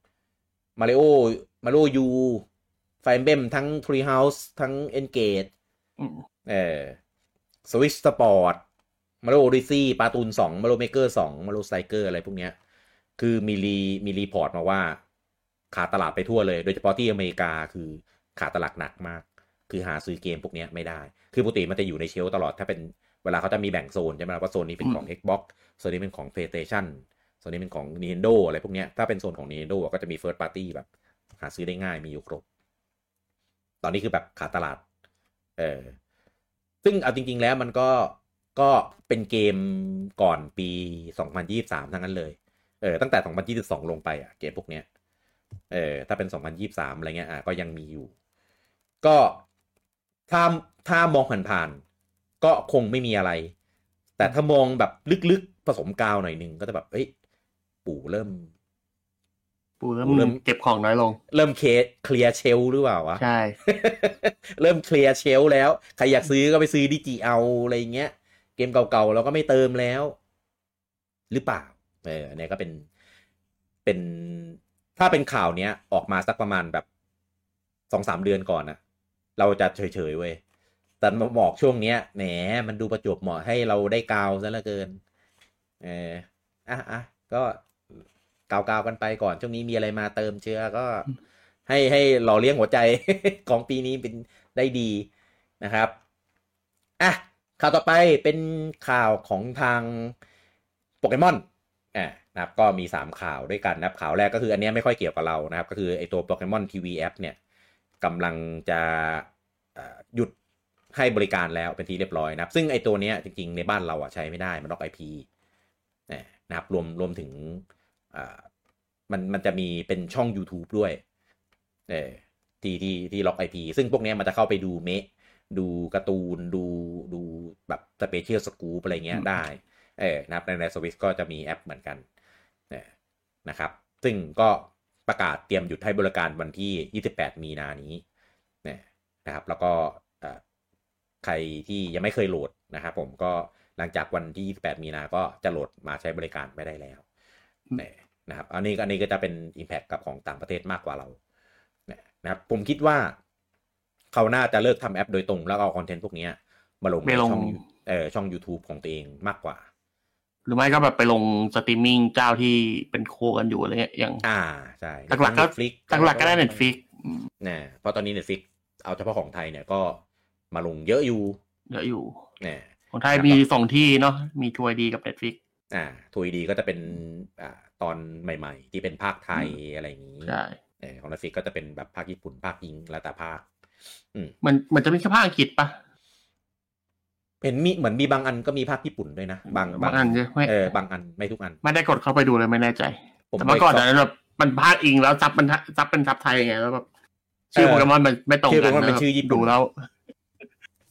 Mario Mario U Fire Emblem ทั้ง Tree House ทั้ง Engage เอ่อ Switch Sport Mario Odyssey ปาตูนสอง Mario Maker สอง Mario Striker อะไรพวกเนี้ยคือมีรีมีรีพอร์ตมาว่าขาดตลาดไปทั่วเลยโดยเฉพาะที่อเมริกาคือขาดตลาดหนักมากคือหาซื้อเกมพวกนี้ไม่ได้คือปกติมันจะอยู่ในเชลฟ์ตลอดถ้าเป็นเวลาเขาจะมีแบ่งโซนใช่ไหมว่าโซนนี้เป็นของ Xbox โซนนี้เป็นของ PlayStation โซนนี้เป็นของ Nintendo อะไรพวกนี้ถ้าเป็นโซนของ Nintendo ก็จะมี First Party แบบหาซื้อได้ง่ายมีอยู่ครบตอนนี้คือแบบขาดตลาดเออซึ่งเอาจริงๆแล้วมันก็ก็เป็นเกมก่อนปีสองพันยี่สิบสามทั้งนั้นเลยเออตั้งแต่สองพันยี่สิบสองลงไปอ่ะเกมพวกเนี้ยเออถ้าเป็นสองพันยี่สิบสามอะไรเงี้ยอ่ะก็ยังมีอยู่ก็ถ้าถ้ามองผ่านๆก็คงไม่มีอะไรแต่ถ้ามองแบบลึกๆผสมกาวหน่อยนึงก็จะแบบเอ้ยปู่เริ่มปู่เริ่มเริ่มเก็บของน้อยลงเริ่มเคเคลียร์เชลหรือเปล่าวะใช่เริ่มเคลียร์เชลแล้วใครอยากซื้อก็ไปซื้อดิจิเอาอะไรเงี้ยเกมเก่าๆเราก็ไม่เติมแล้วหรือเปล่าเออเนี่ยก็เป็นเป็นถ้าเป็นข่าวเนี้ยออกมาสักประมาณแบบ สองถึงสาม เดือนก่อนนะเราจะเฉยๆเว้ยแต่มาบอกช่วงเนี้ยแหมมันดูประจวบเหมาะให้เราได้กาวซะเหลือเกินเอออ่ะอ่ะก็กาวๆกันไปก่อนช่วงนี้มีอะไรมาเติมเชื้อก็ให้ให้หล่อเลี้ยงหัวใจ ของปีนี้เป็นได้ดีนะครับอ่ะข่าวต่อไปเป็นข่าวของทางโปเกมอนอ่ะนะครับก็มีสามข่าวด้วยกันนะครับข่าวแรกก็คืออันนี้ไม่ค่อยเกี่ยวกับเรานะครับก็คือไอตัวโปเกมอนทีวีแอปเนี่ยกำลังจะหยุดให้บริการแล้วเป็นที่เรียบร้อยนะครับซึ่งไอตัวเนี้ยจริงๆในบ้านเราอ่ะใช้ไม่ได้มันล็อก ไอ พี นะครับรวมรวมถึงอ่ามันมันจะมีเป็นช่อง YouTube ด้วยเออที่ที่ที่ล็อก ไอ พี ซึ่งพวกนี้มันจะเข้าไปดูเมะดูการ์ตูนดูดูแบบสเปเชียลสกู๊ปอะไรเงี้ยได้เออนะครับในในสวิสก็จะมีแอปเหมือนกันนะครับซึ่งก็ประกาศเตรียมหยุดให้บริการวันที่ยี่สิบแปดมีนานี้นะครับแล้วก็ใครที่ยังไม่เคยโหลดนะครับผมก็หลังจากวันที่ยี่สิบแปดมีนาก็จะโหลดมาใช้บริการไม่ได้แล้วนะครับอันนี้อันนี้ก็จะเป็น impact กับของต่างประเทศมากกว่าเรานะครับผมคิดว่าเขาน่าจะเลิกทำแอปโดยตรงแล้วเอาคอนเทนต์พวกนี้มาลงในช่องเอ่อช่อง YouTube ของตัวเองมากกว่าหรือไม่ก็แบบไปลงสตรีมมิ่งเจ้าที่เป็นโคกันอยู่อะไรเงี้ยอย่างอ่าใช่หลักๆก็ Netflix หลักๆก็ได้ Netflix นะเพราะตอนนี้ Netflix เอาเฉพาะของไทยเนี่ยก็มาลงเยอะอยู่เยอะอยู่เนี่ยของไทยมีสองที่เนาะมี ทู ไอ ดี กับ Netflix อ่า ทู ไอ ดี ก็จะเป็นอ่าตอนใหม่ๆที่เป็นภาคไทยอะไรอย่างงี้ใช่เออของ Netflix ก็จะเป็นแบบภาคญี่ปุ่นภาคยิงแล้วแต่ภาคอืมมันมันจะมีแค่ภาคอังกฤษปะเห็นมีเหมือนมีบางอันก็มีภาคญี่ปุ่นด้วยนะบางบางอันใช่ไหมเออบางอันไม่ทุกอันไม่ได้กดเข้าไปดูเลยไม่แน่ใจแต่เมื่อก่อนนะแบบมันภาคอิงแล้วซับมันซับเป็นซับไทยไงแล้วแบบชื่อโปเกมอนมันไม่ตรงกันมันเป็นชื่อญี่ปุ่นดูแล้ว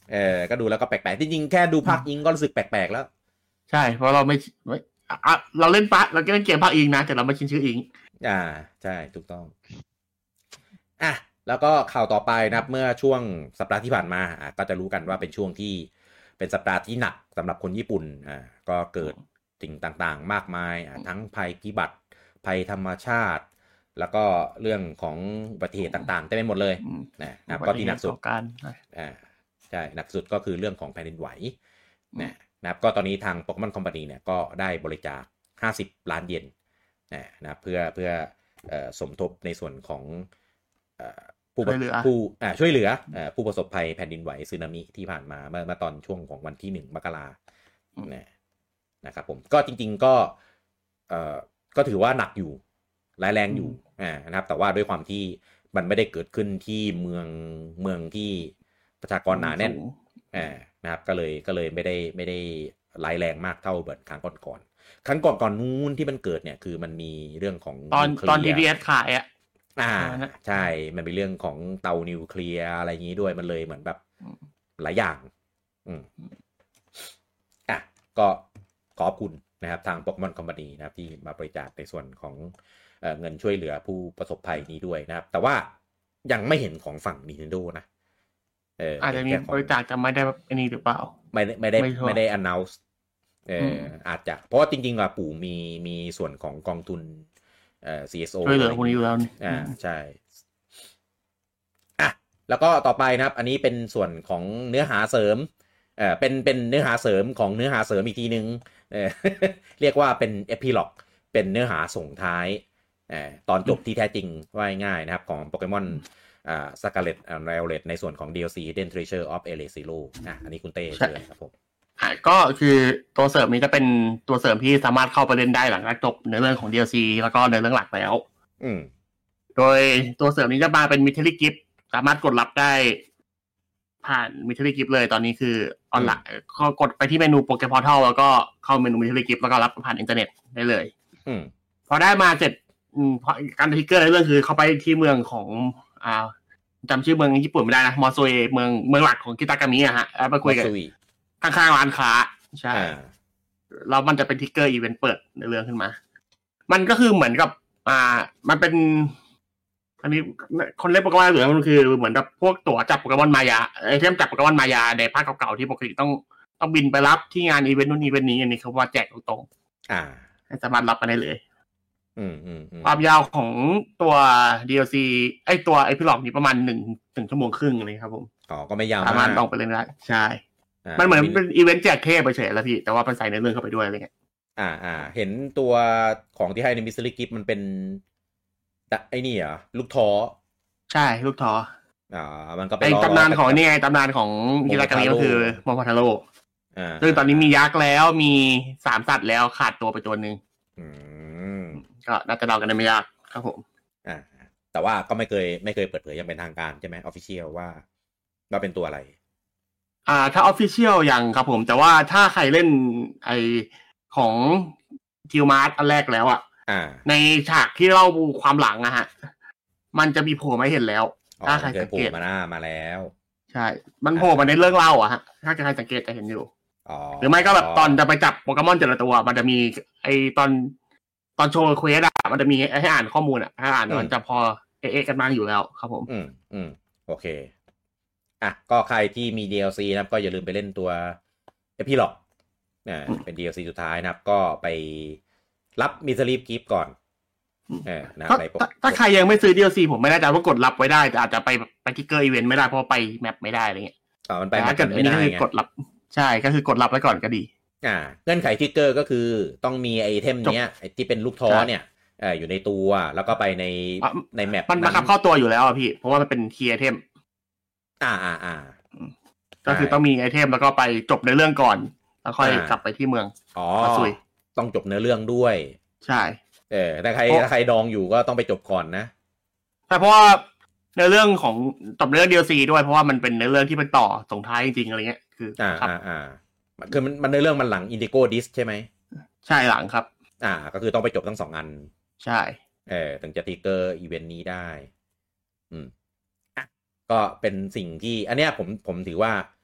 เออก็ดูแล้วก็แปลกๆจริงๆแค่ดูภาคอิงก็รู้สึกแปลกๆแล้วใช่เพราะเราไม่ไม่อ่ะเราเล่นปะเราก็เล่นเกมภาคอิงนะแต่เราไม่ชินชื่ออิงอ่าใช่ถูกต้องอ่ะแล้วก็ข่าวต่อไปนะครับเมื่อช่วงสัปดาห์ที่ผ่านมาอ่ะก็จะรู้กันว่าเป็นช่วงที่เป็นสัปดาห์ที่หนักสำหรับคนญี่ปุ่นอ่าก็เกิดสิ่งต่างๆมากมายอ่ะทั้งภัยพิบัติภัยธรรมชาติแล้วก็เรื่องของอุบัติเหตุต่างๆเต็มไปหมดเลยนะครับก็ที่หนักสุดอ่าใช่หนักสุดก็คือเรื่องของแผ่นดินไหวนะครับก็ตอนนี้ทาง Pokemon Company เนี่ยก็ได้บริจาคห้าสิบล้านเยนนะเพื่อเพื่อเอ่อสมทบในส่วนของเอ่อผู้ผู้อ่าช่วยเหลือเอ่อผู้ประสบภัยแผ่นดินไหวสึนามิที่ผ่านมาเมื่อเมื่อตอนช่วงของวันที่หนึ่งมกราคมนะนะครับผมก็จริงๆก็เอ่อก็ถือว่าหนักอยู่ร้ายแรงอยู่อ่านะครับแต่ว่าด้วยความที่มันไม่ได้เกิดขึ้นที่เมืองเมืองที่ประชากรหนาแน่นอ่านะครับก็เลยก็เลยไม่ได้ไม่ได้ร้ายแรงมากเท่าเหมือนครั้งก่อนๆครั้งก่อนก่อนนู้นที่มันเกิดเนี่ยคือมันมีเรื่องของตอนตอนทีดีเอสขายอ่ะอ่าใช่มันเป็นเรื่องของเตานิวเคลียร์อะไรอย่างนี้ด้วยมันเลยเหมือนแบบหลายอย่างอืมอ่ะก็ขอบคุณนะครับทาง Pokemon Company นะครับที่มาบริจาคในส่วนของเอ่อเงินช่วยเหลือผู้ประสบภัยนี้ด้วยนะครับแต่ว่ายังไม่เห็นของฝั่ง Nintendo นะเอออาจจะมีบริจาคแต่ไม่ได้อันนี้หรือเปล่าไม่ไม่ได้ไม่ได้ announce เอออาจจะเพราะว่าจริงๆอ่ะปู่มีมีส่วนของกองทุนเอ่อ ซี เอส โอช่วยเหลือพวกนี้อยู่แล้วอ่าใช่อ่ะแล้วก็ต่อไปนะครับอันนี้เป็นส่วนของเนื้อหาเสริมเอ่อเป็นเป็นเนื้อหาเสริมของเนื้อหาเสริมอีกทีนึงเออ เรียกว่าเป็น Epilogue เป็นเนื้อหาส่งท้ายเอ่อตอนจบที่แท้จริงว่าง่ายนะครับของโปเกมอนอ่า Scarlet and Violet ในส่วนของ ดี แอล ซี Hidden Treasure of Elite Zero อ่ะอันนี้คุณเต้เชิญครับผมก็คือตัวเสริมนี้จะเป็นตัวเสริมที่สามารถเข้าไปเล่นได้หลังจากจบในเรื่องของ ดี แอล ซี แล้วก็ในเรื่องหลักแล้วอืมโดยตัวเสริมนี้จะมาเป็นมิทเทอรี่กิฟต์สามารถกดรับได้ผ่านมิทเทอรี่กิฟต์เลยตอนนี้คือออนไลน์ก็กดไปที่เมนูโปเกพอร์ทัลแล้วก็เข้าเมนูมิทเทอรี่กิฟต์แล้วก็รับผ่านอินเทอร์เน็ตได้เลยอืมพอได้มาเสร็จการทริกเกอร์ในเรื่องคือเข้าไปที่เมืองของอ่าจำชื่อเมืองญี่ปุ่นไม่ได้นะมอโซเอเมืองเมืองหลักของกิตากามิอะฮะแล้วไปคุยกันข้างๆร้านค้าใช่แล้วมันจะเป็นทริกเกอร์อีเวนต์เปิดในเรื่องขึ้นมามันก็คือเหมือนกับอ่ามันเป็นอันนี้คนเล่นโปเกมอนเหลือมันคือเหมือนกับพวกตั๋วจับโปเกมอนมายาไอเทมจับโปเกมอนมายาในภาคเก่าๆที่ปกติต้องต้องบินไปรับที่งานอีเวนต์นู่นอีเวนต์นี้อันนี้เขาว่าแจกตรงๆอ่าสามารถรับมาได้เลยอืมอืมความยาวของตัว ดี แอล ซี ไอตัวไอพิล็อกนี้ประมาณหนึ่งถึงชั่วโมงครึ่งเลยครับผมอ๋อก็ไม่ยาวมากสามารถลองไปเล่นได้ใช่มันเหมือนเป็นอีเวนต์แจกเทพไปเฉยแล้วพี่แต่ว่ามันใส่ในเรื่องเข้าไปด้วยอะไรเงี้ยอ่าอ่าเห็นตัวของที่ให้ในมิสซิลิกิฟมันเป็นไอ้นี่เหรอลูกท้อใช่ลูกท้ออ่ามันก็เป็นไอตำนานของนี่ไงตำนานของกิรากามิก็คือโมโมทาโร่อ่าซึ่งตอนนี้มียักษ์แล้วมีสามสัตว์แล้วขาดตัวไปตัวนึงอืมก็น่าจะเดากันได้ไม่ยากครับผมอ่าแต่ว่าก็ไม่เคยไม่เคยเปิดเผยยังเป็นทางการใช่ไหมออฟฟิเชียลว่าว่าเป็นตัวอะไรอ่าถ้าออฟฟิเชียลยังครับผมแต่ว่าถ้าใครเล่นไอของทิวมาร์ทอันแรกแล้วอ่ะในฉากที่เล่าความหลังอะฮะมันจะมีโผล่มาเห็นแล้วถ้าใครสังเกตมาหน้ามาแล้วใช่มันโผล่มาในเรื่องเล่าอะฮะถ้าใครสังเกตจะเห็นอยู่หรือไม่ก็แบบตอนจะไปจับโปเกมอนแต่ละตัวมันจะมีไอตอนตอนโชว์เควสอะมันจะมีให้อ่านข้อมูลอะให้อ่านมันจะพอเอะกันบ้างอยู่แล้วครับผมอืมอืมโอเคอ่ะก็ใครที่มี ดี แอล ซี นะครับก็อย่าลืมไปเล่นตัว Epilogue อ่าเป็น ดี แอล ซี สุดท้ายนะครับก็ไปรับมิสซิลิฟกิฟต์ก่อนเออนะในถ้าใครยังไม่ซื้อ ดี แอล ซี ผมไม่แน่ใจว่ากดรับไว้ได้แต่อาจจะไปไปทิกเกอร์อีเวนต์ไม่ได้เพราะไปแมปไม่ได้อะไรเงี้ยอ๋อมันไปแมปไม่ได้ไงกดรับใช่ก็คือกดรับไว้ก่อนก็ดีอ่าเงื่อนไขทิกเกอร์ก็คือต้องมีไอเทมเนี้ยไอที่เป็นลูกท้อเนี่ยเอออยู่ในตัวแล้วก็ไปในในแมปมันบังคับเข้าตัวอยู่แล้วอ่ะพี่เพราะว่ามันเป็นคีย์ไอเทมอ่าอ่าอ่าก็คือต้องมีไอเทมแล้วก็ไปจบในเรื่องก่อนแล้วค่อยกลับไปที่เมืองอ๋อต้องจบเนื้อเรื่องด้วยใช่เออถ้าใครถ้าใครดองอยู่ก็ต้องไปจบก่อนนะใช่เพราะว่าในเรื่องของจบเรื่อง ดี แอล ซี ด้วยเพราะว่ามันเป็นในเรื่องที่เป็นต่อส่งท้ายจริงๆอะไรเงี้ยคืออ่าอ่าอ่าคือมันมันในเรื่องมันหลัง Indigo Disc ใช่ไหมใช่หลังครับอ่าก็คือต้องไปจบทั้งสองอันใช่เออถึงจะทิกเกอร์อีเวนต์นี้ได้อืมอ่ะก็เป็นสิ่งที่อันเนี้ยผมผมถือว่า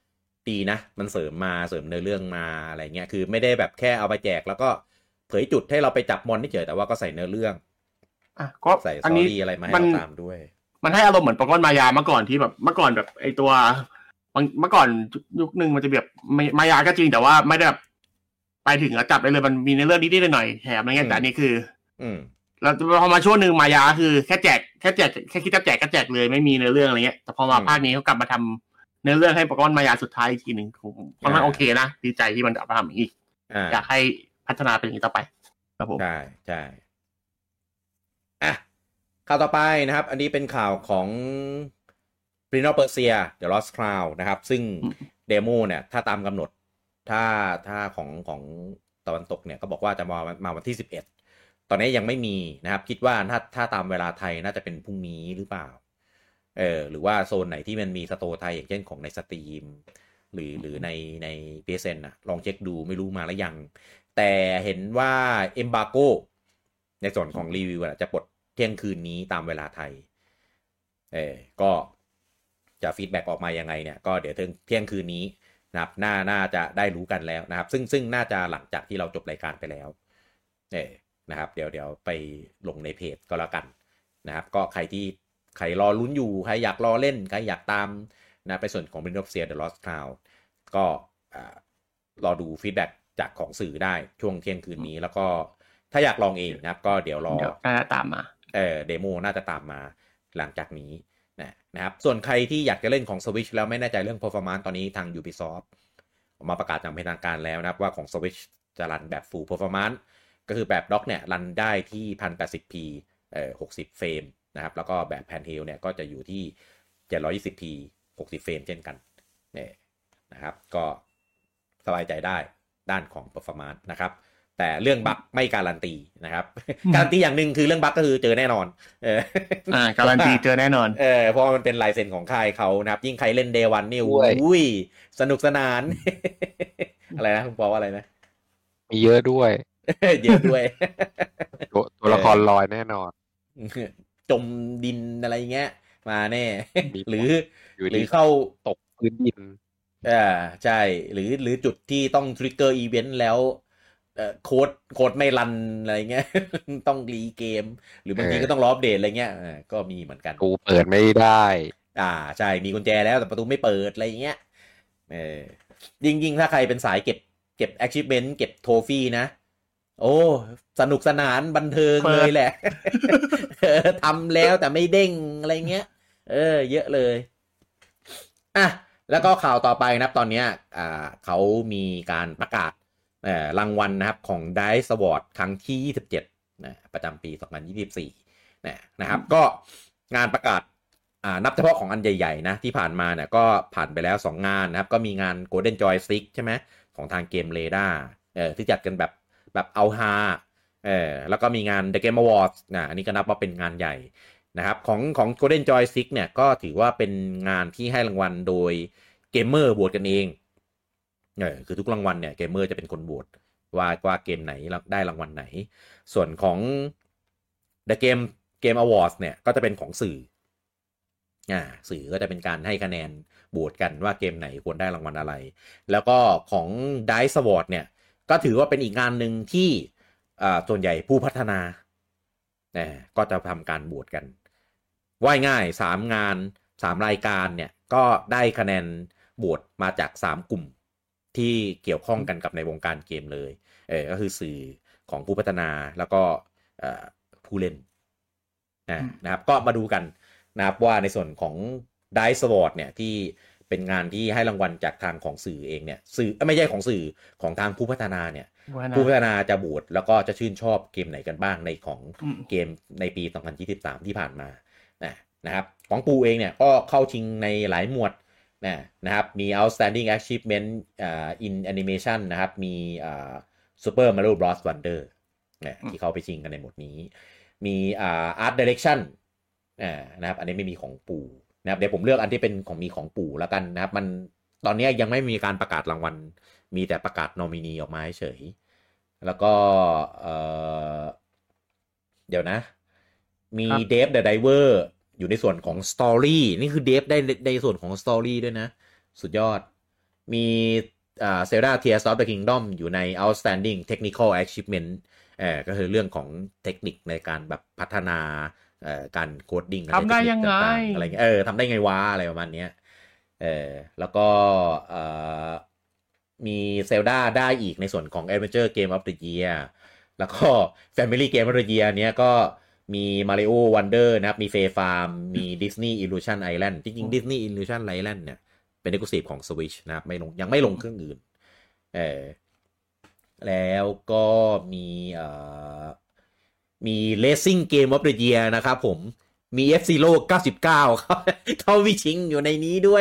ดีนะมันเสริมมาเสริมเนื้อเรื่องมาอะไรเงี้ยคือไม่ได้แบบแค่เอาไปแจกแล้วก็เผยจุดให้เราไปจับมอนที่เจอแต่ว่าก็ใส่เนื้อเรื่องอ่ะก็ใส่สตอรี่อะไรมาให้เราตามด้วยมันให้อารมณ์เหมือนโปเกมอนมายาเมื่อก่อนที่แบบเมื่อก่อนแบบไอตัวเมื่อก่อนยุคนึงมันจะแบบมายาก็จริงแต่ว่าไม่ได้แบบไปถึงแล้วจับได้เลยมันมีในเรื่องนิดๆหน่อยๆแถมอะไรเงี้ยแต่นี่คืออืมแล้วพอมาช่วงนึงมายาคือแค่แจกแค่แจกแค่คิดจะแจกก็แจกเลยไม่มีในเรื่องอะไรเงี้ยแต่พอมาภาคนี้เขากลับมาทำในเรื่องให้โปเกมอนมายาสุดท้ายอีกทีนึงค่อนข้างโอเคนะดีใจที่มันกลับมาทำอีกอยากให้พัฒนาเป็นอย่างนี้ต่อไปครับผมใช่ใช่อ่ะข่าวต่อไปนะครับอันนี้เป็นข่าวของ Prince of Persia The Lost Crown นะครับซึ่งเดโมเนี่ยถ้าตามกำหนดถ้าถ้าของของตะวันตกเนี่ยก็บอกว่าจะมามาวันที่สิบเอ็ดตอนนี้ยังไม่มีนะครับคิดว่าถ้าถ้าตามเวลาไทยน่าจะเป็นพรุ่งนี้หรือเปล่าเออหรือว่าโซนไหนที่มันมีสโตร์ไทยอย่างเช่นของในสตรีมหรือหรือในใน พี เอส เอ็น น่ะลองเช็คดูไม่รู้มาแล้วยังแต่เห็นว่า Embargo ในส่วนของรีวิวจะปลดเที่ยงคืนนี้ตามเวลาไทยเออก็จะฟีดแบ็กออกมายังไงเนี่ยก็เดี๋ยวเที่ยงคืนนี้นะครับน่าน่าจะได้รู้กันแล้วนะครับซึ่งซึ่งน่าจะหลังจากที่เราจบรายการไปแล้วเออนะครับเดี๋ยวเดี๋ยวไปลงในเพจก็แล้วกันนะครับก็ใครที่ใครรอลุ้นอยู่ใครอยากรอเล่นใครอยากตามนะไปส่วนของ Prince of Persia The Lost Crown ก็รอดูฟีดแบ็กจากของสื่อได้ช่วงเที่ยงคืนนี้แล้วก็ถ้าอยากลองเองนะครับก็เดี๋ยวรอน่าจะตามมาเออเดโมน่าจะตามมาหลังจากนี้นะนะครับส่วนใครที่อยากจะเล่นของ Switch แล้วไม่แน่ใจเรื่อง performance ตอนนี้ทาง Ubisoft ออกมาประกาศอย่างเป็นทางการแล้วนะครับว่าของ Switch จะรันแบบ full performance ก็คือแบบด็อกเนี่ยรันได้ที่ หนึ่งพันแปดสิบพี เอ่อหกสิบเฟรมนะครับแล้วก็แบบแพนเทลเนี่ยก็จะอยู่ที่ เจ็ดร้อยยี่สิบพี หกสิบเฟรมเช่นกันเนี่ยนะครับก็สบายใจได้ด้านของ performance นะครับแต่เรื่องบั๊กไม่การันตีนะครับการันตีอย่างหนึ่งคือเรื่องบั๊กก็คือเจอแน่นอนเอออ่าการันตีเจอแน่นอนเออเพราะมันเป็นลายเซ็นของค่ายเขานะครับยิ่งใครเล่น Day วันนี่อุ้ยสนุกสนานอะไรนะคุณปอว่าอะไรนะมีเยอะด้วยเยอะด้วยตัวตัวละครลอยแน่นอนจมดินอะไรเงี้ยมาแน่หรือหรือเข้าตกพื้นดินอ่าใช่หรือหรือจุดที่ต้องทริกเกอร์อีเวนต์แล้วเอ่อโค้ดโค้ดไม่รันอะไรเงี้ยต้องรีเกมหรือบางทีก็ต้องรออัปเดตอะไรเงี้ยก็มีเหมือนกันกูเปิดไม่ได้อ่าใช่มีกุญแจแล้วแต่ประตูไม่เปิดอะไรเงี้ยเออยิ่งยิ่งถ้าใครเป็นสายเก็บเก็บ achievement เก็บโทฟี่นะโอ้สนุกสนานบันเทิงเลยแหละทำแล้วแต่ไม่เด้งอะไรเงี้ยเออเยอะเลยอ่ะแล้วก็ข่าวต่อไปนะครับตอนนี้อ่าเขามีการประกาศเอ่อรางวัลนะครับของ Dice Award ครั้งที่ยี่สิบเจ็ดนะประจำปีสองพันยี่สิบสี่นะนะครับก็งานประกาศอ่านับเฉพาะของอันใหญ่ๆนะที่ผ่านมาเนี่ยก็ผ่านไปแล้วสองงานนะครับก็มีงาน Golden Joystick ใช่ไหมของทางเกมเรดาร์เออที่จัดกันแบบแบบเอาฮาเออแล้วก็มีงาน The Game Awards นะอันนี้ก็นับว่าเป็นงานใหญ่นะครับของของ Golden Joystick เนี่ยก็ถือว่าเป็นงานที่ให้รางวัลโดยเกมเมอร์โหวตกันเองเออคือทุกรางวัลเนี่ยเกมเมอร์จะเป็นคนโหวตว่าว่าเกมไหนได้รางวัลไหนส่วนของ The Game Game Awards เนี่ยก็จะเป็นของสื่ออ่าสื่อก็จะเป็นการให้คะแนนโหวตกันว่าเกมไหนควรได้รางวัลอะไรแล้วก็ของ Dice Award เนี่ยก็ถือว่าเป็นอีกงานหนึ่งที่อ่าส่วนใหญ่ผู้พัฒนาเนี่ยก็จะทำการโหวตกันว่ายง่ายสามงานสามรายการเนี่ยก็ได้คะแนนโหวตมาจากสามกลุ่มที่เกี่ยวข้องกันกับในวงการเกมเลยเออก็คือสื่อของผู้พัฒนาแล้วก็ผู้เล่นนะนะครับก็มาดูกันนะครับว่าในส่วนของ Dice Award เนี่ยที่เป็นงานที่ให้รางวัลจากทางของสื่อเองเนี่ยสื่อไม่ใช่ของสื่อของทางผู้พัฒนาเนี่ยผู้พัฒนาจะโหวตแล้วก็จะชื่นชอบเกมไหนกันบ้างในของเกมในปีสองพันยี่สิบสามที่ผ่านมานะนะครับของปูเองเนี่ยก็เข้าชิงในหลายหมวดนะนะครับมี outstanding achievement uh, in animation นะครับมี uh, Super Mario Bros Wonder นะที่เข้าไปชิงกันในหมวดนี้มี uh, art direction นะครับอันนี้ไม่มีของปู่นะครับเดี๋ยวผมเลือกอันที่เป็นของมีของปู่แล้วกันนะครับมันตอนนี้ยังไม่มีการประกาศรางวัลมีแต่ประกาศนอมินีออกมาเฉยแล้วก็เอ่อเดี๋ยวนะมีเดฟเดอะไดเวอร์อยู่ในส่วนของสตอรี่นี่คือเดฟได้ในส่วนของสตอรี่ด้วยนะสุดยอดมีอ่า Zelda Tears of the Kingdom อยู่ใน Outstanding Technical Achievement เอ่อก็คือเรื่องของเทคนิคในการแบบพัฒนาเอ่อการโคดดิ้งทำได้ยังไงอะไรเงี้ยเออทำได้ไงวะอะไรประมาณเนี้ยเออแล้วก็เอ่อมี Zelda ได้อีกในส่วนของ Adventure Game of the Year แล้วก็ Family Game of the Year เนี้ยก็มี Mario Wonder นะครับมี Fae Farm มี Disney Illusion Island จริงๆ Disney Illusion Island เนี่ยเป็น Exclusive ของ Switch นะครับไม่ลงยังไม่ลงเครื่องอื่นเออแล้วก็มีเอ่อมี Racing Game of the Year นะครับผมมี F-Zero เก้าสิบเก้าเขาเขาวิชิงอยู่ในนี้ด้วย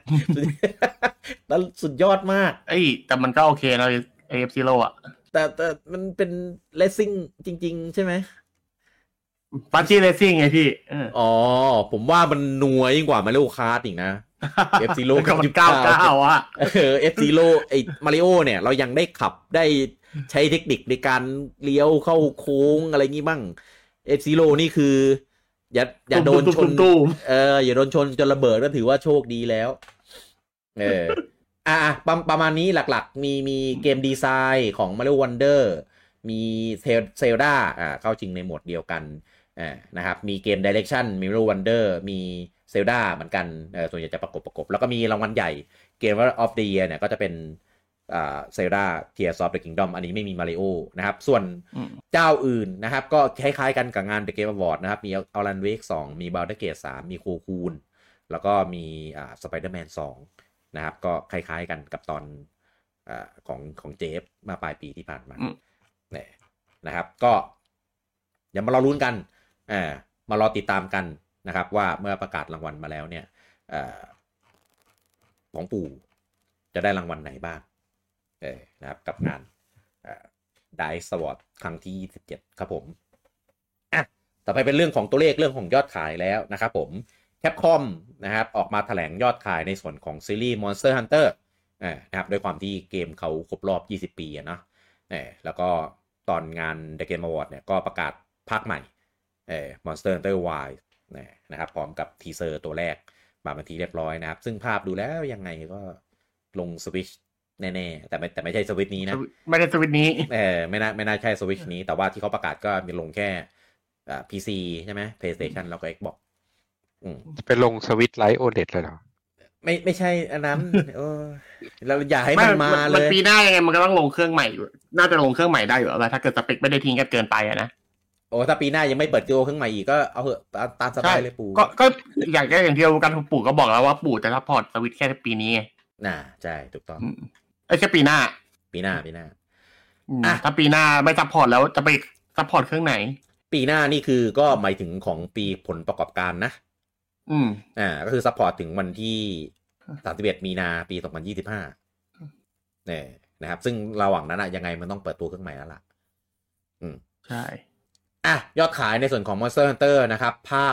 แล้วสุดยอดมากเอ้ยแต่มันก็โอเคนะ F-Zero อ่ะแต่แต่มันเป็น Racing จริงๆใช่ไหมปัจจีเรซซิ่งไงพี่อ๋อผมว่ามันนัวยิ่งกว่ามาริโอคาร์ทอีกนะ F-Zero เก้าสิบเก้าอ่ะเออ F-Zero ไอ้มาริโอเนี่ยเรายังได้ขับได้ใช้เทคนิคในการเลี้ยวเข้าโค้งอะไรงี้บ้าง F-Zero นี่คืออย่าอย่าโดนชนเอออย่าโดนชนจนระเบิดก็ถือว่าโชคดีแล้วเอออ่ะประมาณนี้หลักๆมีมีเกมดีไซน์ของ Mario Wonder มีเซลดาอ่าเข้าจริงในโหมดเดียวกันอ่านะครับมีเกม Direction มี Mario Wonder มีเซลดาเหมือนกันเออส่วนใหญ่จะประกบประกบแล้วก็มีรางวัลใหญ่เกม of the Year เนี่ยก็จะเป็นอ่า Zelda Tears of the Kingdom อันนี้ไม่มี Mario นะครับส่วนเจ้าอื่นนะครับก็คล้ายๆกันกับงาน The Game Award นะครับมี Alan Wake สองมี Baldur's Gate สามมี Cocoon แล้วก็มีอ่า Spider-Man สองนะครับก็คล้ายๆกันกับตอนอ่าของของเจฟมาปลายปีที่ผ่านมาเนี่ยนะครับก็อย่ามารอลุ้นกันอ่ามารอติดตามกันนะครับว่าเมื่อประกาศรางวัลมาแล้วเนี่ยอ่าของปู่จะได้รางวัลไหนบ้างเออนะครับกับงานอ่า Dice Award ครั้งที่ยี่สิบเจ็ดครับผมอ่ะต่อไปเป็นเรื่องของตัวเลขเรื่องของยอดขายแล้วนะครับผมCapcom นะครับออกมาแถลงยอดขายในส่วนของซีรีส์ Monster Hunter อ่านะครับด้วยความที่เกมเขาครบรอบยี่สิบปีอ่ะเนาะเออแล้วก็ตอนงาน The Game Award เนี่ยก็ประกาศภาคใหม่เออ Monster Hunter Wilds นะครับพร้อมกับทีเซอร์ตัวแรกมาเป็นทีเรียบร้อยนะครับซึ่งภาพดูแล้วยังไงก็ลง Switch แน่ๆแต่ไม่แต่ไม่ใช่ Switch นี้นะไม่ได้ Switch นี้เออไม่น่าไม่น่าใช่ Switch นี้แต่ว่าที่เขาประกาศก็มีลงแค่อ่า พี ซี ใช่ไหม PlayStation แล้วก็ Xbox อืมไปลง Switch Lite โอ แอล อี ดี เลยเหรอไม่ไม่ใช่อันนั้นเออเราอยากให้มันมาเลยมันปีหน้ายังไงมันก็ต้องลงเครื่องใหม่อยู่น่าจะลงเครื่องใหม่ได้อยู่แล้วถ้าเกิดสเปคไม่ได้ทิ้งกันเกินไปอะนะโอ้ถ้าปีหน้ายังไม่เปิดตัวเครื่องใหม่อีกก็เอาเหอะตามสบายเลยปู่ก็ก็อย่างแค่อย่างที่เรากันปู่ก็บอกแล้วว่าปู่จะซัพพอร์ตสวิตช์แค่ปีนี้ไงน่าใช่ถูกต้องไอ้แค่ปีหน้าปีหน้าปีหน้าอ่ะถ้าปีหน้าไม่ซัพพอร์ตแล้วจะไปซัพพอร์ตเครื่องไหนปีหน้านี่คือก็หมายถึงของปีผลประกอบการนะอืมอ่าก็คือซัพพอร์ตถึงวันที่สามสิบเอ็ดมีนาปีสองพันยี่สิบห้าเนี่ยนะครับซึ่งระหว่างนั้นอะยังไงมันต้องเปิดตัวเครื่องใหม่แล้วล่ะอืมใช่อ่ะยอดขายในส่วนของ Monster Hunter นะครับภาค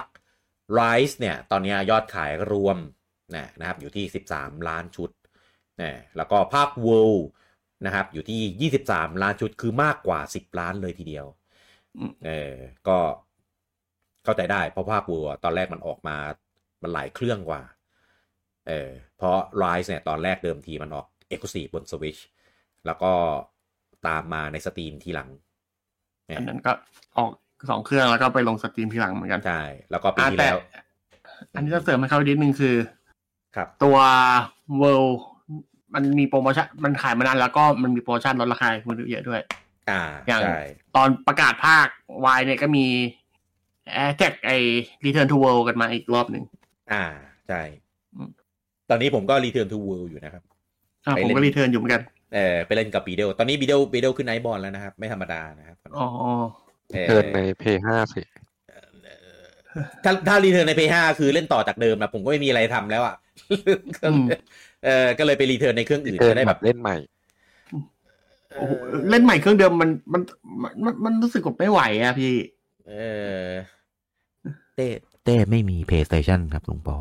Rise เนี่ยตอนนี้ยอดขายรวมนะนะครับอยู่ที่สิบสามล้านชุดนะแล้วก็ภาค World นะครับอยู่ที่ยี่สิบสามล้านชุดคือมากกว่าสิบล้านเลยทีเดียวเออก็เข้าใจได้เพราะภาค World ตอนแรกมันออกมามันหลายเครื่องกว่าเออเพราะ Rise เนี่ยตอนแรกเดิมทีมันออก Exclusive บน Switch แล้วก็ตามมาใน Steam ทีหลังอันนั้นก็ออกสองเครื่องแล้วก็ไปลง Steam ทีหลังเหมือนกันใช่แล้วก็ปีที่แล้วอันนี้จะเสริมให้เขานิดนึงคือครับตัว World มันมีโปรโมชั่นมันขายมานานแล้วก็มันมีโปรโมชั่นลดราคามือถือเยอะด้วยอ่าอย่างตอนประกาศภาค Y เนี่ยก็มีแอร์แท็กไอ้ Return to World กันมาอีกรอบนึงอ่าใช่ตอนนี้ผมก็ Return to World อยู่นะครับอ่าผมก็ Return อยู่เหมือนกันเออไปเล่นกับบีเดลตอนนี้บีเดลบีเดลขึ้นไนท์บอลแล้วนะครับไม่ธรรมดานะครับอ๋อเทิร์นใน พี ห้า สิถ้าถ้า Return ใน พี ห้า คือเล่นต่อจากเดิมนะผมก็ไม่มีอะไรทำแล้วอ่ะเออก็เลยไป Return ในเครื่องอื่นจะได้แบบเล่นใหม่โอ้เล่นใหม่เครื่องเดิมมันมันมันมันรู้สึกว่าไม่ไหวอ่ะพี่เออเต้เต้ไม่มี PlayStation ครับลุงปอ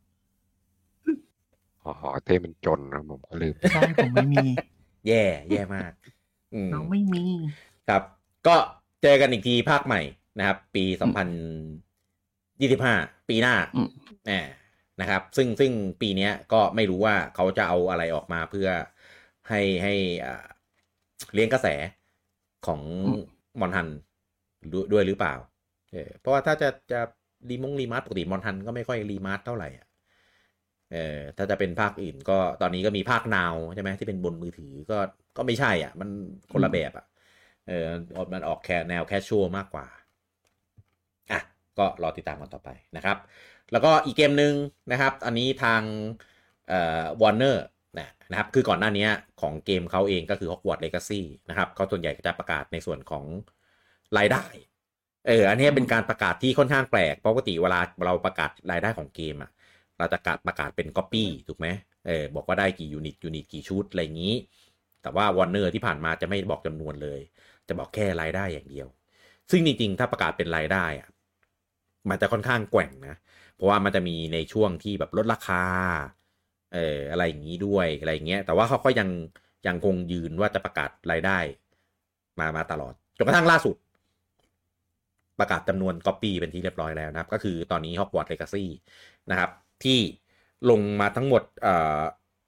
อ๋อเต้มันจนนะผมก็ลืมใช่ผมไม่มีแย่แย่มากเราไม่มีครับก็เจอกันอีกทีภาคใหม่นะครับปีสองพันยี่สิบห้าปีหน้าแหมนะครับซึ่งซึ่งปีนี้ก็ไม่รู้ว่าเขาจะเอาอะไรออกมาเพื่อให้ให้เลี้ยงกระแสของมอนฮันด้วยหรือเปล่าเออเพราะว่าถ้าจะจะรีมงรีมาร์ปกติมอนฮันก็ไม่ค่อยรีมาร์เท่าไหร่เออถ้าจะเป็นภาคอื่นก็ตอนนี้ก็มีภาคนาวใช่ไหมที่เป็นบนมือถือก็ก็ไม่ใช่อ่ะมันคนละแบบอ่ะเออมันออกแค่แนวแคชชวลมากกว่าอ่ะก็รอติดตามกันต่อไปนะครับแล้วก็อีกเกมหนึ่งนะครับอันนี้ทางเอ่อ Warner นะครับคือก่อนหน้านี้ของเกมเขาเองก็คือ Hogwarts Legacy นะครับเขาส่วนใหญ่จะประกาศในส่วนของรายได้เอออันนี้เป็นการประกาศที่ค่อนข้างแปลกปกติเวลาเราประกาศรายได้ของเกมอ่ะเราจะประกาศเป็นก๊อปปี้ถูกไหมเออบอกว่าได้กี่ยูนิตยูนิตกี่ชุดอะไรอย่างนี้แต่ว่า Warner ที่ผ่านมาจะไม่บอกจำนวนเลยจะบอกแค่รายได้อย่างเดียวซึ่งจริงๆถ้าประกาศเป็นรายได้อ่ะมันจะค่อนข้างแกว่งนะเพราะว่ามันจะมีในช่วงที่แบบลดราคาเอออะไรอย่างนี้ด้วยอะไรอย่างเงี้ยแต่ว่าเขาก็ยังยังคงยืนว่าจะประกาศรายได้มามาตลอดจนกระทั่งล่าสุดประกาศจำนวนก๊อปปี้เป็นที่เรียบร้อยแล้วนะครับก็คือตอนนี้ Hogwarts Legacy นะครับที่ลงมาทั้งหมดเอ่อ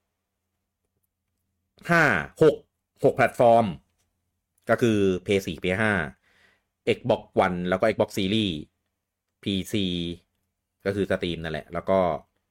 ห้า หก หกแพลตฟอร์มก็คือ พี เอส โฟร์ พี เอส ไฟว์ Xbox One แล้วก็ Xbox Series พี ซี ก็คือ Steam นั่นแหละแล้วก็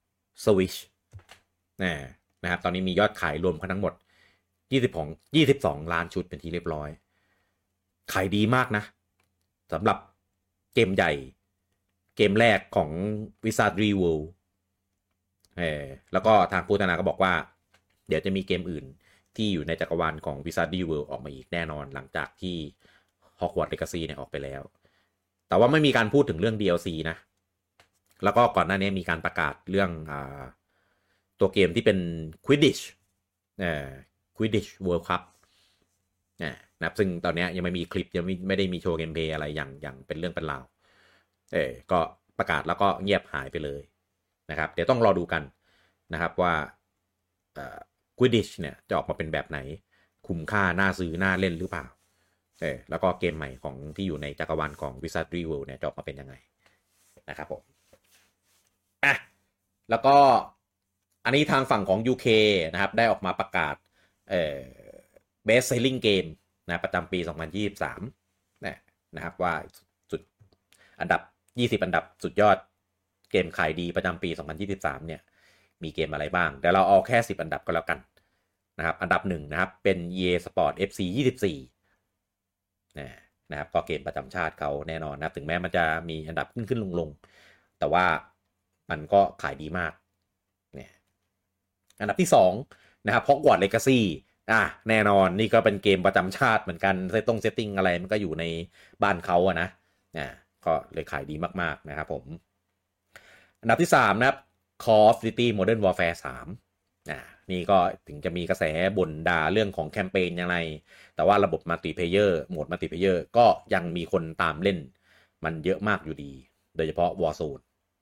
Switch นะนะครับตอนนี้มียอดขายรวมกันทั้งหมดยี่สิบสอง ยี่สิบสองล้านชุดเป็นที่เรียบร้อยขายดีมากนะสำหรับเกมใหญ่เกมแรกของ Wizardry World เออแล้วก็ทางผู้พัฒนาก็บอกว่าเดี๋ยวจะมีเกมอื่นที่อยู่ในจักรวาลของ Wizardry World ออกมาอีกแน่นอนหลังจากที่ Hogwarts Legacy เนี่ยออกไปแล้วแต่ว่าไม่มีการพูดถึงเรื่อง ดี แอล ซี นะแล้วก็ก่อนหน้านี้มีการประกาศเรื่องอ่าตัวเกมที่เป็น Quidditch เอ่อ Quidditch World Cup นะครับซึ่งตอนนี้ยังไม่มีคลิปยังไม่ไม่ได้มีโชว์เกมเพลย์อะไรอย่างอย่างเป็นเรื่องเป็นราวเออก็ประกาศแล้วก็เงียบหายไปเลยนะครับเดี๋ยวต้องรอดูกันนะครับว่าเอ่อ Quidditch เนี่ยจะออกมาเป็นแบบไหนคุ้มค่าน่าซื้อน่าเล่นหรือเปล่าเออแล้วก็เกมใหม่ของที่อยู่ในจักรวาลของ Wizardry World เนี่ยจะออกมาเป็นยังไงนะครับผมอ่ะแล้วก็อันนี้ทางฝั่งของ ยู เค นะครับได้ออกมาประกาศเอ่อ Best Selling Game นะประจำปีสองพันยี่สิบสามนะนะครับว่าสุดอันดับยี่สิบอันดับสุดยอดเกมขายดีประจำปีสองพันยี่สิบสามเนี่ยมีเกมอะไรบ้างเดี๋ยวเราเอาแค่สิบอันดับก็แล้วกันนะครับอันดับหนึ่งนะครับเป็น อี เอ Sport เอฟ ซี ยี่สิบสี่นะนะครับก็เกมประจำชาติเขาแน่นอนนะถึงแม้มันจะมีอันดับขึ้นขึ้นลงลงแต่ว่ามันก็ขายดีมากเนี่ยอันดับที่สองนะครับ Hogwarts Legacy อ่ะแน่นอนนี่ก็เป็นเกมประจำชาติเหมือนกันเซตติ้งเซตติ้งอะไรมันก็อยู่ในบ้านเขาอะนะอ่ะก็เลยขายดีมากๆนะครับผมอันดับที่สามนะครับ Call of Duty Modern Warfare สามอ่ะนี่ก็ถึงจะมีกระแสบ่นด่าเรื่องของแคมเปญยังไงแต่ว่าระบบมัลติเพลเยอร์โหมดมัลติเพลเยอร์ก็ยังมีคนตามเล่นมันเยอะมากอยู่ดีโดยเฉพาะ Warzone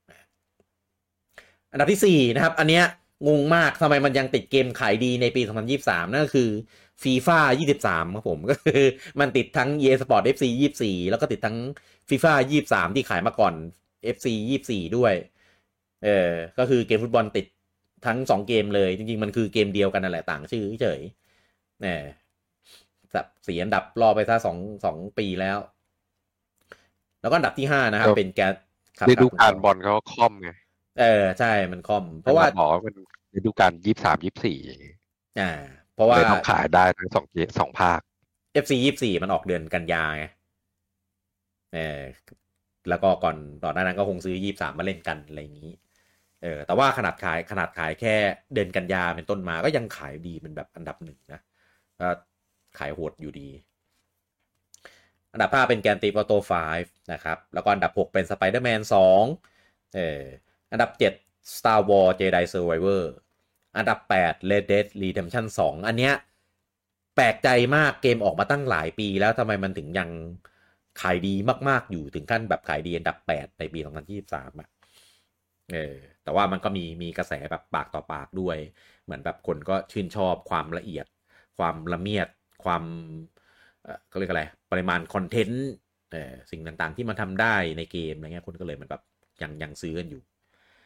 อันดับที่สี่นะครับอันเนี้ยงงมากทำไมมันยังติดเกมขายดีในปีสองพันยี่สิบสามนั่นก็คือ FIFA ยี่สิบสามครับผมก็คือมันติดทั้ง อี เอ Sport เอฟ ซี ยี่สิบสี่แล้วก็ติดทั้ง FIFA ยี่สิบสามที่ขายมาก่อน เอฟ ซี ยี่สิบสี่ด้วยเออก็คือเกมฟุตบอลติดทั้งสองเกมเลยจริงๆมันคือเกมเดียวกันนั่นแหละต่างชื่อเฉยๆเนี่ยสี่อันดับรอไปซะสอง สองปีแล้วแล้วก็อันดับที่ห้านะครับเป็นแกฤดูกาลบอลเขาค่อมไงเออใช่มันคอมเพราะว่าบอกว่าเป็นฤดูกาลยี่สิบสาม ยี่สิบสี่อย่างงี้อ่าเพราะว่าต้องขายได้ทั้งสองสองภาคเอฟ ซี ยี่สิบสี่มันออกเดือนกันยาไงเออแล้วก็ก่อนตอนนั้นก็คงซื้อยี่สิบสามมาเล่นกันอะไรอย่างนี้เออแต่ว่าขนาดขายขนาดขายแค่เดือนกันยาเป็นต้นมาก็ยังขายดีเป็นแบบอันดับหนึ่งนะก็ขายโหดอยู่ดีอันดับห้าเป็นแกรนด์ Theft Auto ห้านะครับแล้วก็อันดับหกเป็น Spider-Man สองเอออันดับเจ็ด Star Wars Jedi Survivor อันดับแปด Red Dead Redemption สองอันเนี้ยแปลกใจมากเกมออกมาตั้งหลายปีแล้วทำไมมันถึงยังขายดีมากๆอยู่ถึงขั้นแบบขายดีอันดับแปดในปีสองพันยี่สิบสามอ่ะเออแต่ว่ามันก็มีมีกระแสแบบปากต่อปากด้วยเหมือนแบบคนก็ชื่นชอบความละเอียดความละเมียดความเอ่อก็เรียกอะไรปริมาณคอนเทนต์เอ่อสิ่งต่างๆที่มันทำได้ในเกมอะไรเงี้ยคนก็เลยมันแบบยังยังซื้อกันอยู่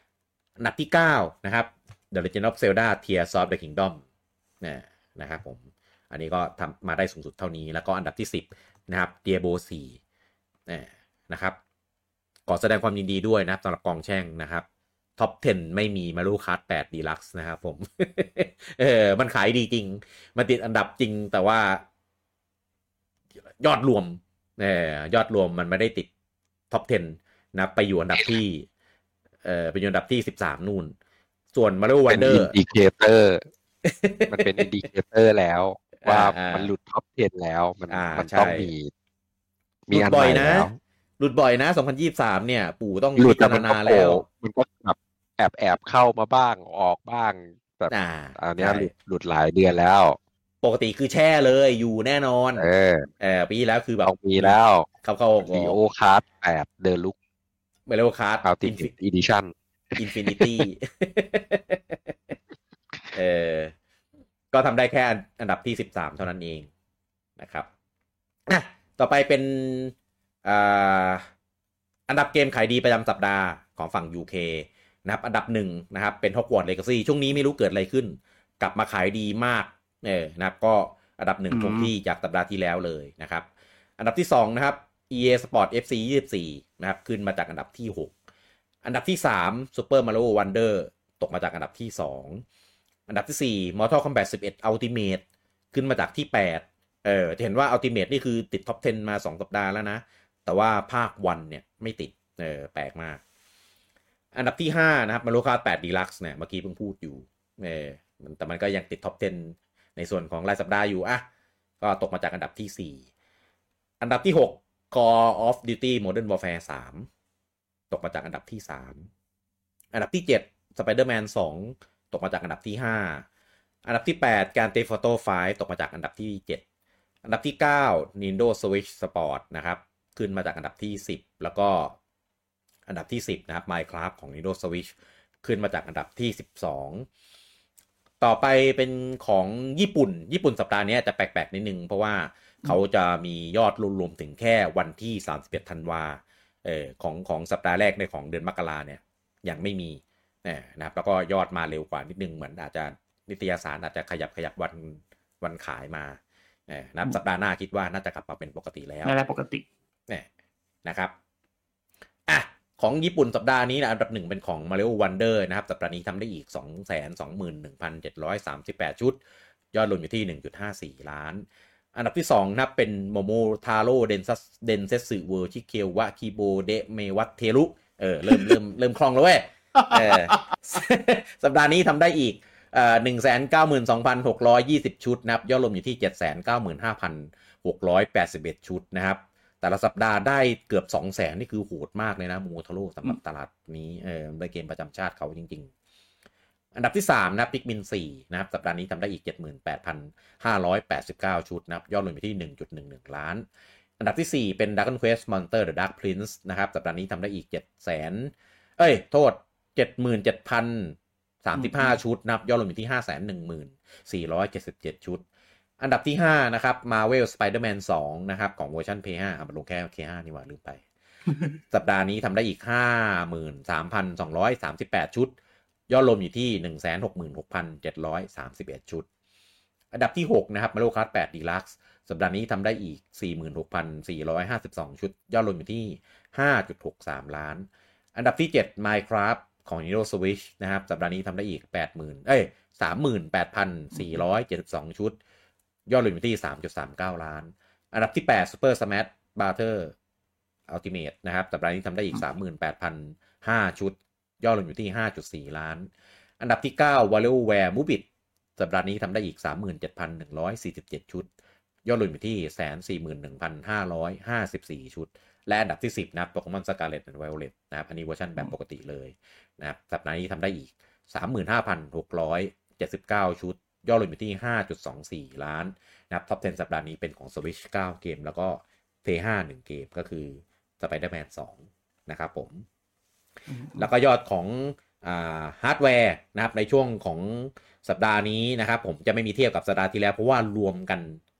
อันดับที่เก้านะครับ The Legend of Zelda Tears of the Kingdom นะนะครับผมอันนี้ก็ทำมาได้สูงสุดเท่านี้แล้วก็อันดับที่สิบนะครับ Diablo สี่นะครับขอแสดงความยินดีด้วยนะครับสำหรับกองแช่งนะครับท็อปสิบไม่มี Mario Kart แปด Deluxe นะครับผม เออมันขายดีจริงมันติดอันดับจริงแต่ว่ายอดรวมเออยอดรวมมันไม่ได้ติดท็อปสิบนะไปอยู่อันดับที่เอ่อไปอยู่อันดับที่สิบสามนู่นส่วน Mario Wonder เป็นอินดิเคเตอร์มันเป็นอินดิเคเตอร์แล้วว่ามันหลุดท็อปสิบแล้วมันมันต้องมีมีอันใหม่แล้วหลุดบ่อยนะสองพันยี่สิบสามเนี่ยปู่ต้องพิจารณาแล้วมันก็แบบแอบแอบเข้ามาบ้างออกบ้างแบบอันนี้หลุดหลุดหลายเดือนแล้วปกติคือแช่เลยอยู่แน่นอนเออเออปีแล้วคือแบบต้องมีแล้วเขาเข้าลีโอคาร์ดแปดเดอะลุคเมโลคาร์ดอัลติเมทอีดิชั่นอินฟินิตี้เออก็ทำได้แค่อันดับที่สิบสามเท่านั้นเองนะครับอ่ะต่อไปเป็นอ่าอันดับเกมขายดีประจำสัปดาห์ของฝั่ง ยู เค นะครับอันดับหนึ่งนะครับเป็น Hogwarts Legacy ช่วงนี้ไม่รู้เกิดอะไรขึ้นกลับมาขายดีมากเออนะครับก็อันดับหนึ่งคงที่จากสัปดาห์ที่แล้วเลยนะครับอันดับที่สองนะครับ อี เอ Sport เอฟ ซี ยี่สิบสี่นะครับขึ้นมาจากอันดับที่หกอันดับที่สาม Super Mario Wonder ตกมาจากอันดับที่สองอันดับที่สี่ Mortal Kombat สิบเอ็ด Ultimate ขึ้นมาจากที่แปดเออจะเห็นว่า Ultimate นี่คือติดท็อปสิบมาสองสัปดาห์แล้วนะแต่ว่าภาควันเนี่ยไม่ติดเออแปลกมากอันดับที่ห้านะครับ Mario Kart แปด Deluxe เนี่ยเมื่อกี้เพิ่งพูดอยู่เออแต่มันก็ยังติดท็อปสิบในส่วนของรายสัปดาห์อยู่อ่ะก็ตกมาจากอันดับที่สี่อันดับที่หก Call of Duty Modern Warfare สามตกมาจากอันดับที่สามอันดับที่เจ็ด Spider-Man สองตกมาจากอันดับที่ห้าอันดับที่แปด Grand Theft Auto ไฟว์ตกมาจากอันดับที่เจ็ดอันดับที่เก้า Nintendo Switch Sport นะครับขึ้นมาจากอันดับที่สิบแล้วก็อันดับที่สิบนะครับ Minecraft ของ Nintendo Switch ขึ้นมาจากอันดับที่สิบสองต่อไปเป็นของญี่ปุ่นญี่ปุ่นสัปดาห์นี้จะแปลกๆนิดนึงเพราะว่าเขาจะมียอดรวมๆถึงแค่วันที่สามสิบเอ็ดธันวาเอ่อของของสัปดาห์แรกในของเดือนมกราเนี่ยยังไม่มีนะครับแล้วก็ยอดมาเร็วกว่านิดนึงเหมือนอาจจะนิตยสารอาจจะขยับขยับวันวันขายมานะครับสัปดาห์หน้าคิดว่าน่าจะกลับมาเป็นปกติแล้วน่าจะปกตินะครับอ่ะของญี่ปุ่นสัปดาห์นี้นะอันดับหนึ่งเป็นของ Mario Wonder นะครับสัปดาห์นี้ทำได้อีก สองแสนสองหมื่นหนึ่งพันเจ็ดร้อยสามสิบแปด ชุดยอดรวมอยู่ที่ หนึ่งจุดห้าสี่ ล้านอันดับที่สองนะครับเป็น Momotaro Densetsu Densetsu World Chikewwa Kibo de Mewateru เออเริ่มเริ่มเริ่มคล่องแล้วเว้ยเออสัปดาห์นี้ทำได้อีกเอ่อ หนึ่งแสนเก้าหมื่นสองพันหกร้อยยี่สิบ ชุดนะครับยอดรวมอยู่ที่ เจ็ดแสนเก้าหมื่นห้าพันหกร้อยแปดสิบเอ็ด ชุดนะครับแต่ละสัปดาห์ได้เกือบ สองแสน นี่คือโหดมากเลยนะโมโมโทโร่สำหรับตลาดนี้เออเป็นเกมประจำชาติเขาจริงๆอันดับที่สามนะครับ Pikmin สี่นะครับสัปดาห์นี้ทำได้อีก เจ็ดหมื่นแปดพันห้าร้อยแปดสิบเก้า ชุดนะครับยอดรวมอยู่ที่ หนึ่งจุดหนึ่งหนึ่ง ล้านอันดับที่สี่เป็น Dragon Quest Monster The Dark Prince นะครับสัปดาห์นี้ทำได้อีก เจ็ดแสน เอ้ยโทษ เจ็ดหมื่นเจ็ดพันสามสิบห้า ชุดนะครับยอดรวมอยู่ที่ ห้าแสนหนึ่งหมื่นสี่ร้อยเจ็ดสิบเจ็ด ชุดอันดับที่ห้านะครับ Marvel Spider-Man สองนะครับของเวอร์ชัน พี ห้า อ่ะมันลงแค่ พี ห้า นี่หว่าลืมไป สัปดาห์นี้ทำได้อีก ห้าหมื่นสามพันสองร้อยสามสิบแปด ชุดยอดรวมอยู่ที่ หนึ่งแสนหกหมื่นหกพันเจ็ดร้อยสามสิบเอ็ด ชุดอันดับที่หกนะครับ Mario Kart แปด Deluxe สัปดาห์นี้ทำได้อีก สี่หมื่นหกพันสี่ร้อยห้าสิบสอง ชุดยอดรวมอยู่ที่ ห้าจุดหกสาม ล้านอันดับที่เจ็ด Minecraft ของ Nintendo Switch นะครับสัปดาห์นี้ทำได้อีก แปดหมื่น เอ้ย สามหมื่นแปดพันสี่ร้อยเจ็ดสิบสอง ชุดยอดรวมอยู่ที่ สามจุดสามเก้า ล้านอันดับที่แปด Super Smash Bros Ultimate นะครับสัปดาห์นี้ทำได้อีก สามหมื่นแปดพันห้า ชุดยอดรวมอยู่ที่ ห้าจุดสี่ ล้านอันดับที่เก้า WarioWare Move It สัปดาห์นี้ทำได้อีก สามหมื่นเจ็ดพันหนึ่งร้อยสี่สิบเจ็ด ชุดยอดรวมอยู่ที่ หนึ่งแสนสี่หมื่นหนึ่งพันห้าร้อยห้าสิบสี่ ชุดและอันดับที่สิบนะครับ Pokemon Scarlet and Violet นะครับอันนี้เวอร์ชันแบบปกติเลยนะครับสัปดาห์นี้ทำได้อีก สามหมื่นห้าพันหกร้อยเจ็ดสิบเก้า ชุดยอดรวมอยู่ที่ ห้าจุดสองสี่ ล้านนะครับท็อปสิบสัปดาห์นี้เป็นของ Switch เก้า เกมแล้วก็ พี ห้า หนึ่ง เกมก็คือ Spider-Man สองนะครับผมแล้วก็ยอดของอ่าฮาร์ดแวร์นะครับในช่วงของสัปดาห์นี้นะครับผมจะไม่มีเทียบกับสัปดาห์ที่แล้วเพราะว่ารวมกัน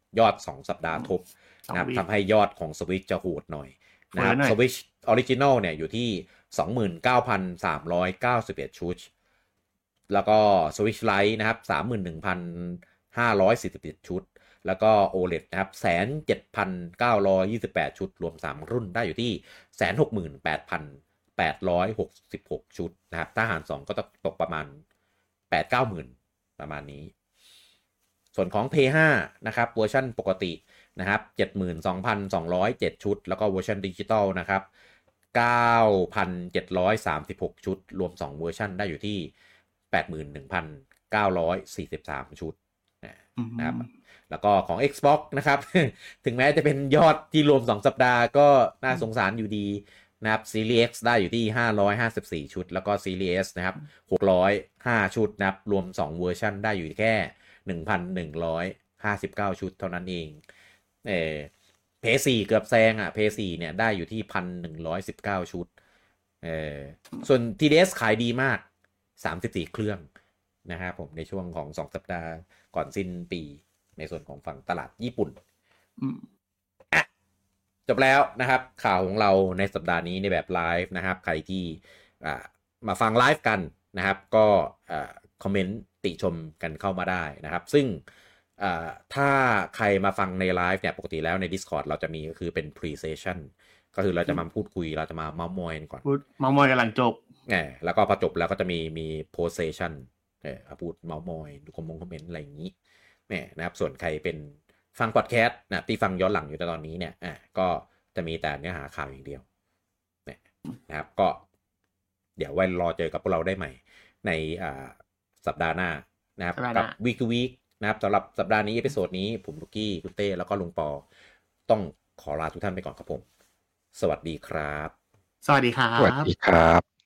ยอดสองสัปดาห์ทบนะครับทำให้ยอดของ Switch จะโหดหน่อยนะครับ Switch Original เนี่ยอยู่ที่ สองหมื่นเก้าพันสามร้อยเก้าสิบเอ็ด ชุดแล้วก็ Switch Lite นะครับ สามหมื่นหนึ่งพันห้าร้อยสี่สิบเอ็ด ชุดแล้วก็ โอ แอล อี ดี นะครับ หนึ่งแสนเจ็ดพันเก้าร้อยยี่สิบแปด ชุดรวมสามรุ่นได้อยู่ที่ หนึ่งแสนหกหมื่นแปดพันแปดร้อยหกสิบหก ชุดนะครับถ้าหารสองก็ตกตกประมาณ แปดถึงเก้าหมื่น ประมาณนี้ส่วนของ พี ไฟว์ นะครับเวอร์ชันปกตินะครับ เจ็ดหมื่นสองพันสองร้อยเจ็ด ชุดแล้วก็เวอร์ชันดิจิตอลนะครับ เก้าพันเจ็ดร้อยสามสิบหก ชุดรวมสองเวอร์ชันได้อยู่ที่ แปดหมื่นหนึ่งพันเก้าร้อยสี่สิบสาม ชุดนะครับแล้วก็ของ Xbox นะครับ ถึงแม้จะเป็นยอดที่รวมสองสัปดาห์ก็น่าสงสารอยู่ดีนะครับ Series X ได้อยู่ที่ห้าร้อยห้าสิบสี่ชุดแล้วก็ Series S นะครับหกร้อยห้าชุดนะครับรวมสองเวอร์ชันได้อยู่แค่ หนึ่งพันหนึ่งร้อยห้าสิบเก้า ชุดเท่านั้นเองเออ พี เอส โฟร์ เกือบแซงอ่ะ พี เอส โฟร์ เนี่ยได้อยู่ที่ หนึ่งพันหนึ่งร้อยสิบเก้า ชุดเออส่วน ที ดี เอส ขายดีมากสามสิบสี่เครื่องนะครับผมในช่วงของสองสัปดาห์ก่อนสิ้นปีในส่วนของฝั่งตลาดญี่ปุ่นอ่ะจบแล้วนะครับข่าวของเราในสัปดาห์นี้ในแบบไลฟ์นะครับใครที่อ่ามาฟังไลฟ์กันนะครับก็อ่าคอมเมนต์ติชมกันเข้ามาได้นะครับซึ่งอ่าถ้าใครมาฟังในไลฟ์เนี่ยปกติแล้วใน Discord เราจะมีก็คือเป็น pre-session ก็คือเราจะมาพูดคุยเราจะมาเม้ามอยกันก่อนพูดเม้ามอยกันหลังจบเออแล้วก็พอจบแล้วก็จะมีมี post session เออพูดเม้ามอยดูคอมมงคอมเมนต์อะไรอย่างนี้เนี่ยนะครับส่วนใครเป็นฟังพอดแคสต์นะที่ฟังย้อนหลังอยู่ตอนนี้เนี่ยอ่ะก็จะมีแต่เนื้อหาข่าวอย่างเดียวเนี่ยนะครับก็เดี๋ยวไว้รอเจอกับพวกเราได้ใหม่ในอ่าสัปดาห์หน้านะครับกับ Week to Week นะครับสำหรับสัปดาห์นี้เอพิโซดนี้ผมลูกกี้คุณเต้แล้วก็ลุงปอต้องขอลาทุกท่านไปก่อนครับผมสวัสดีครับสวัสดีครับสวัสดีครับ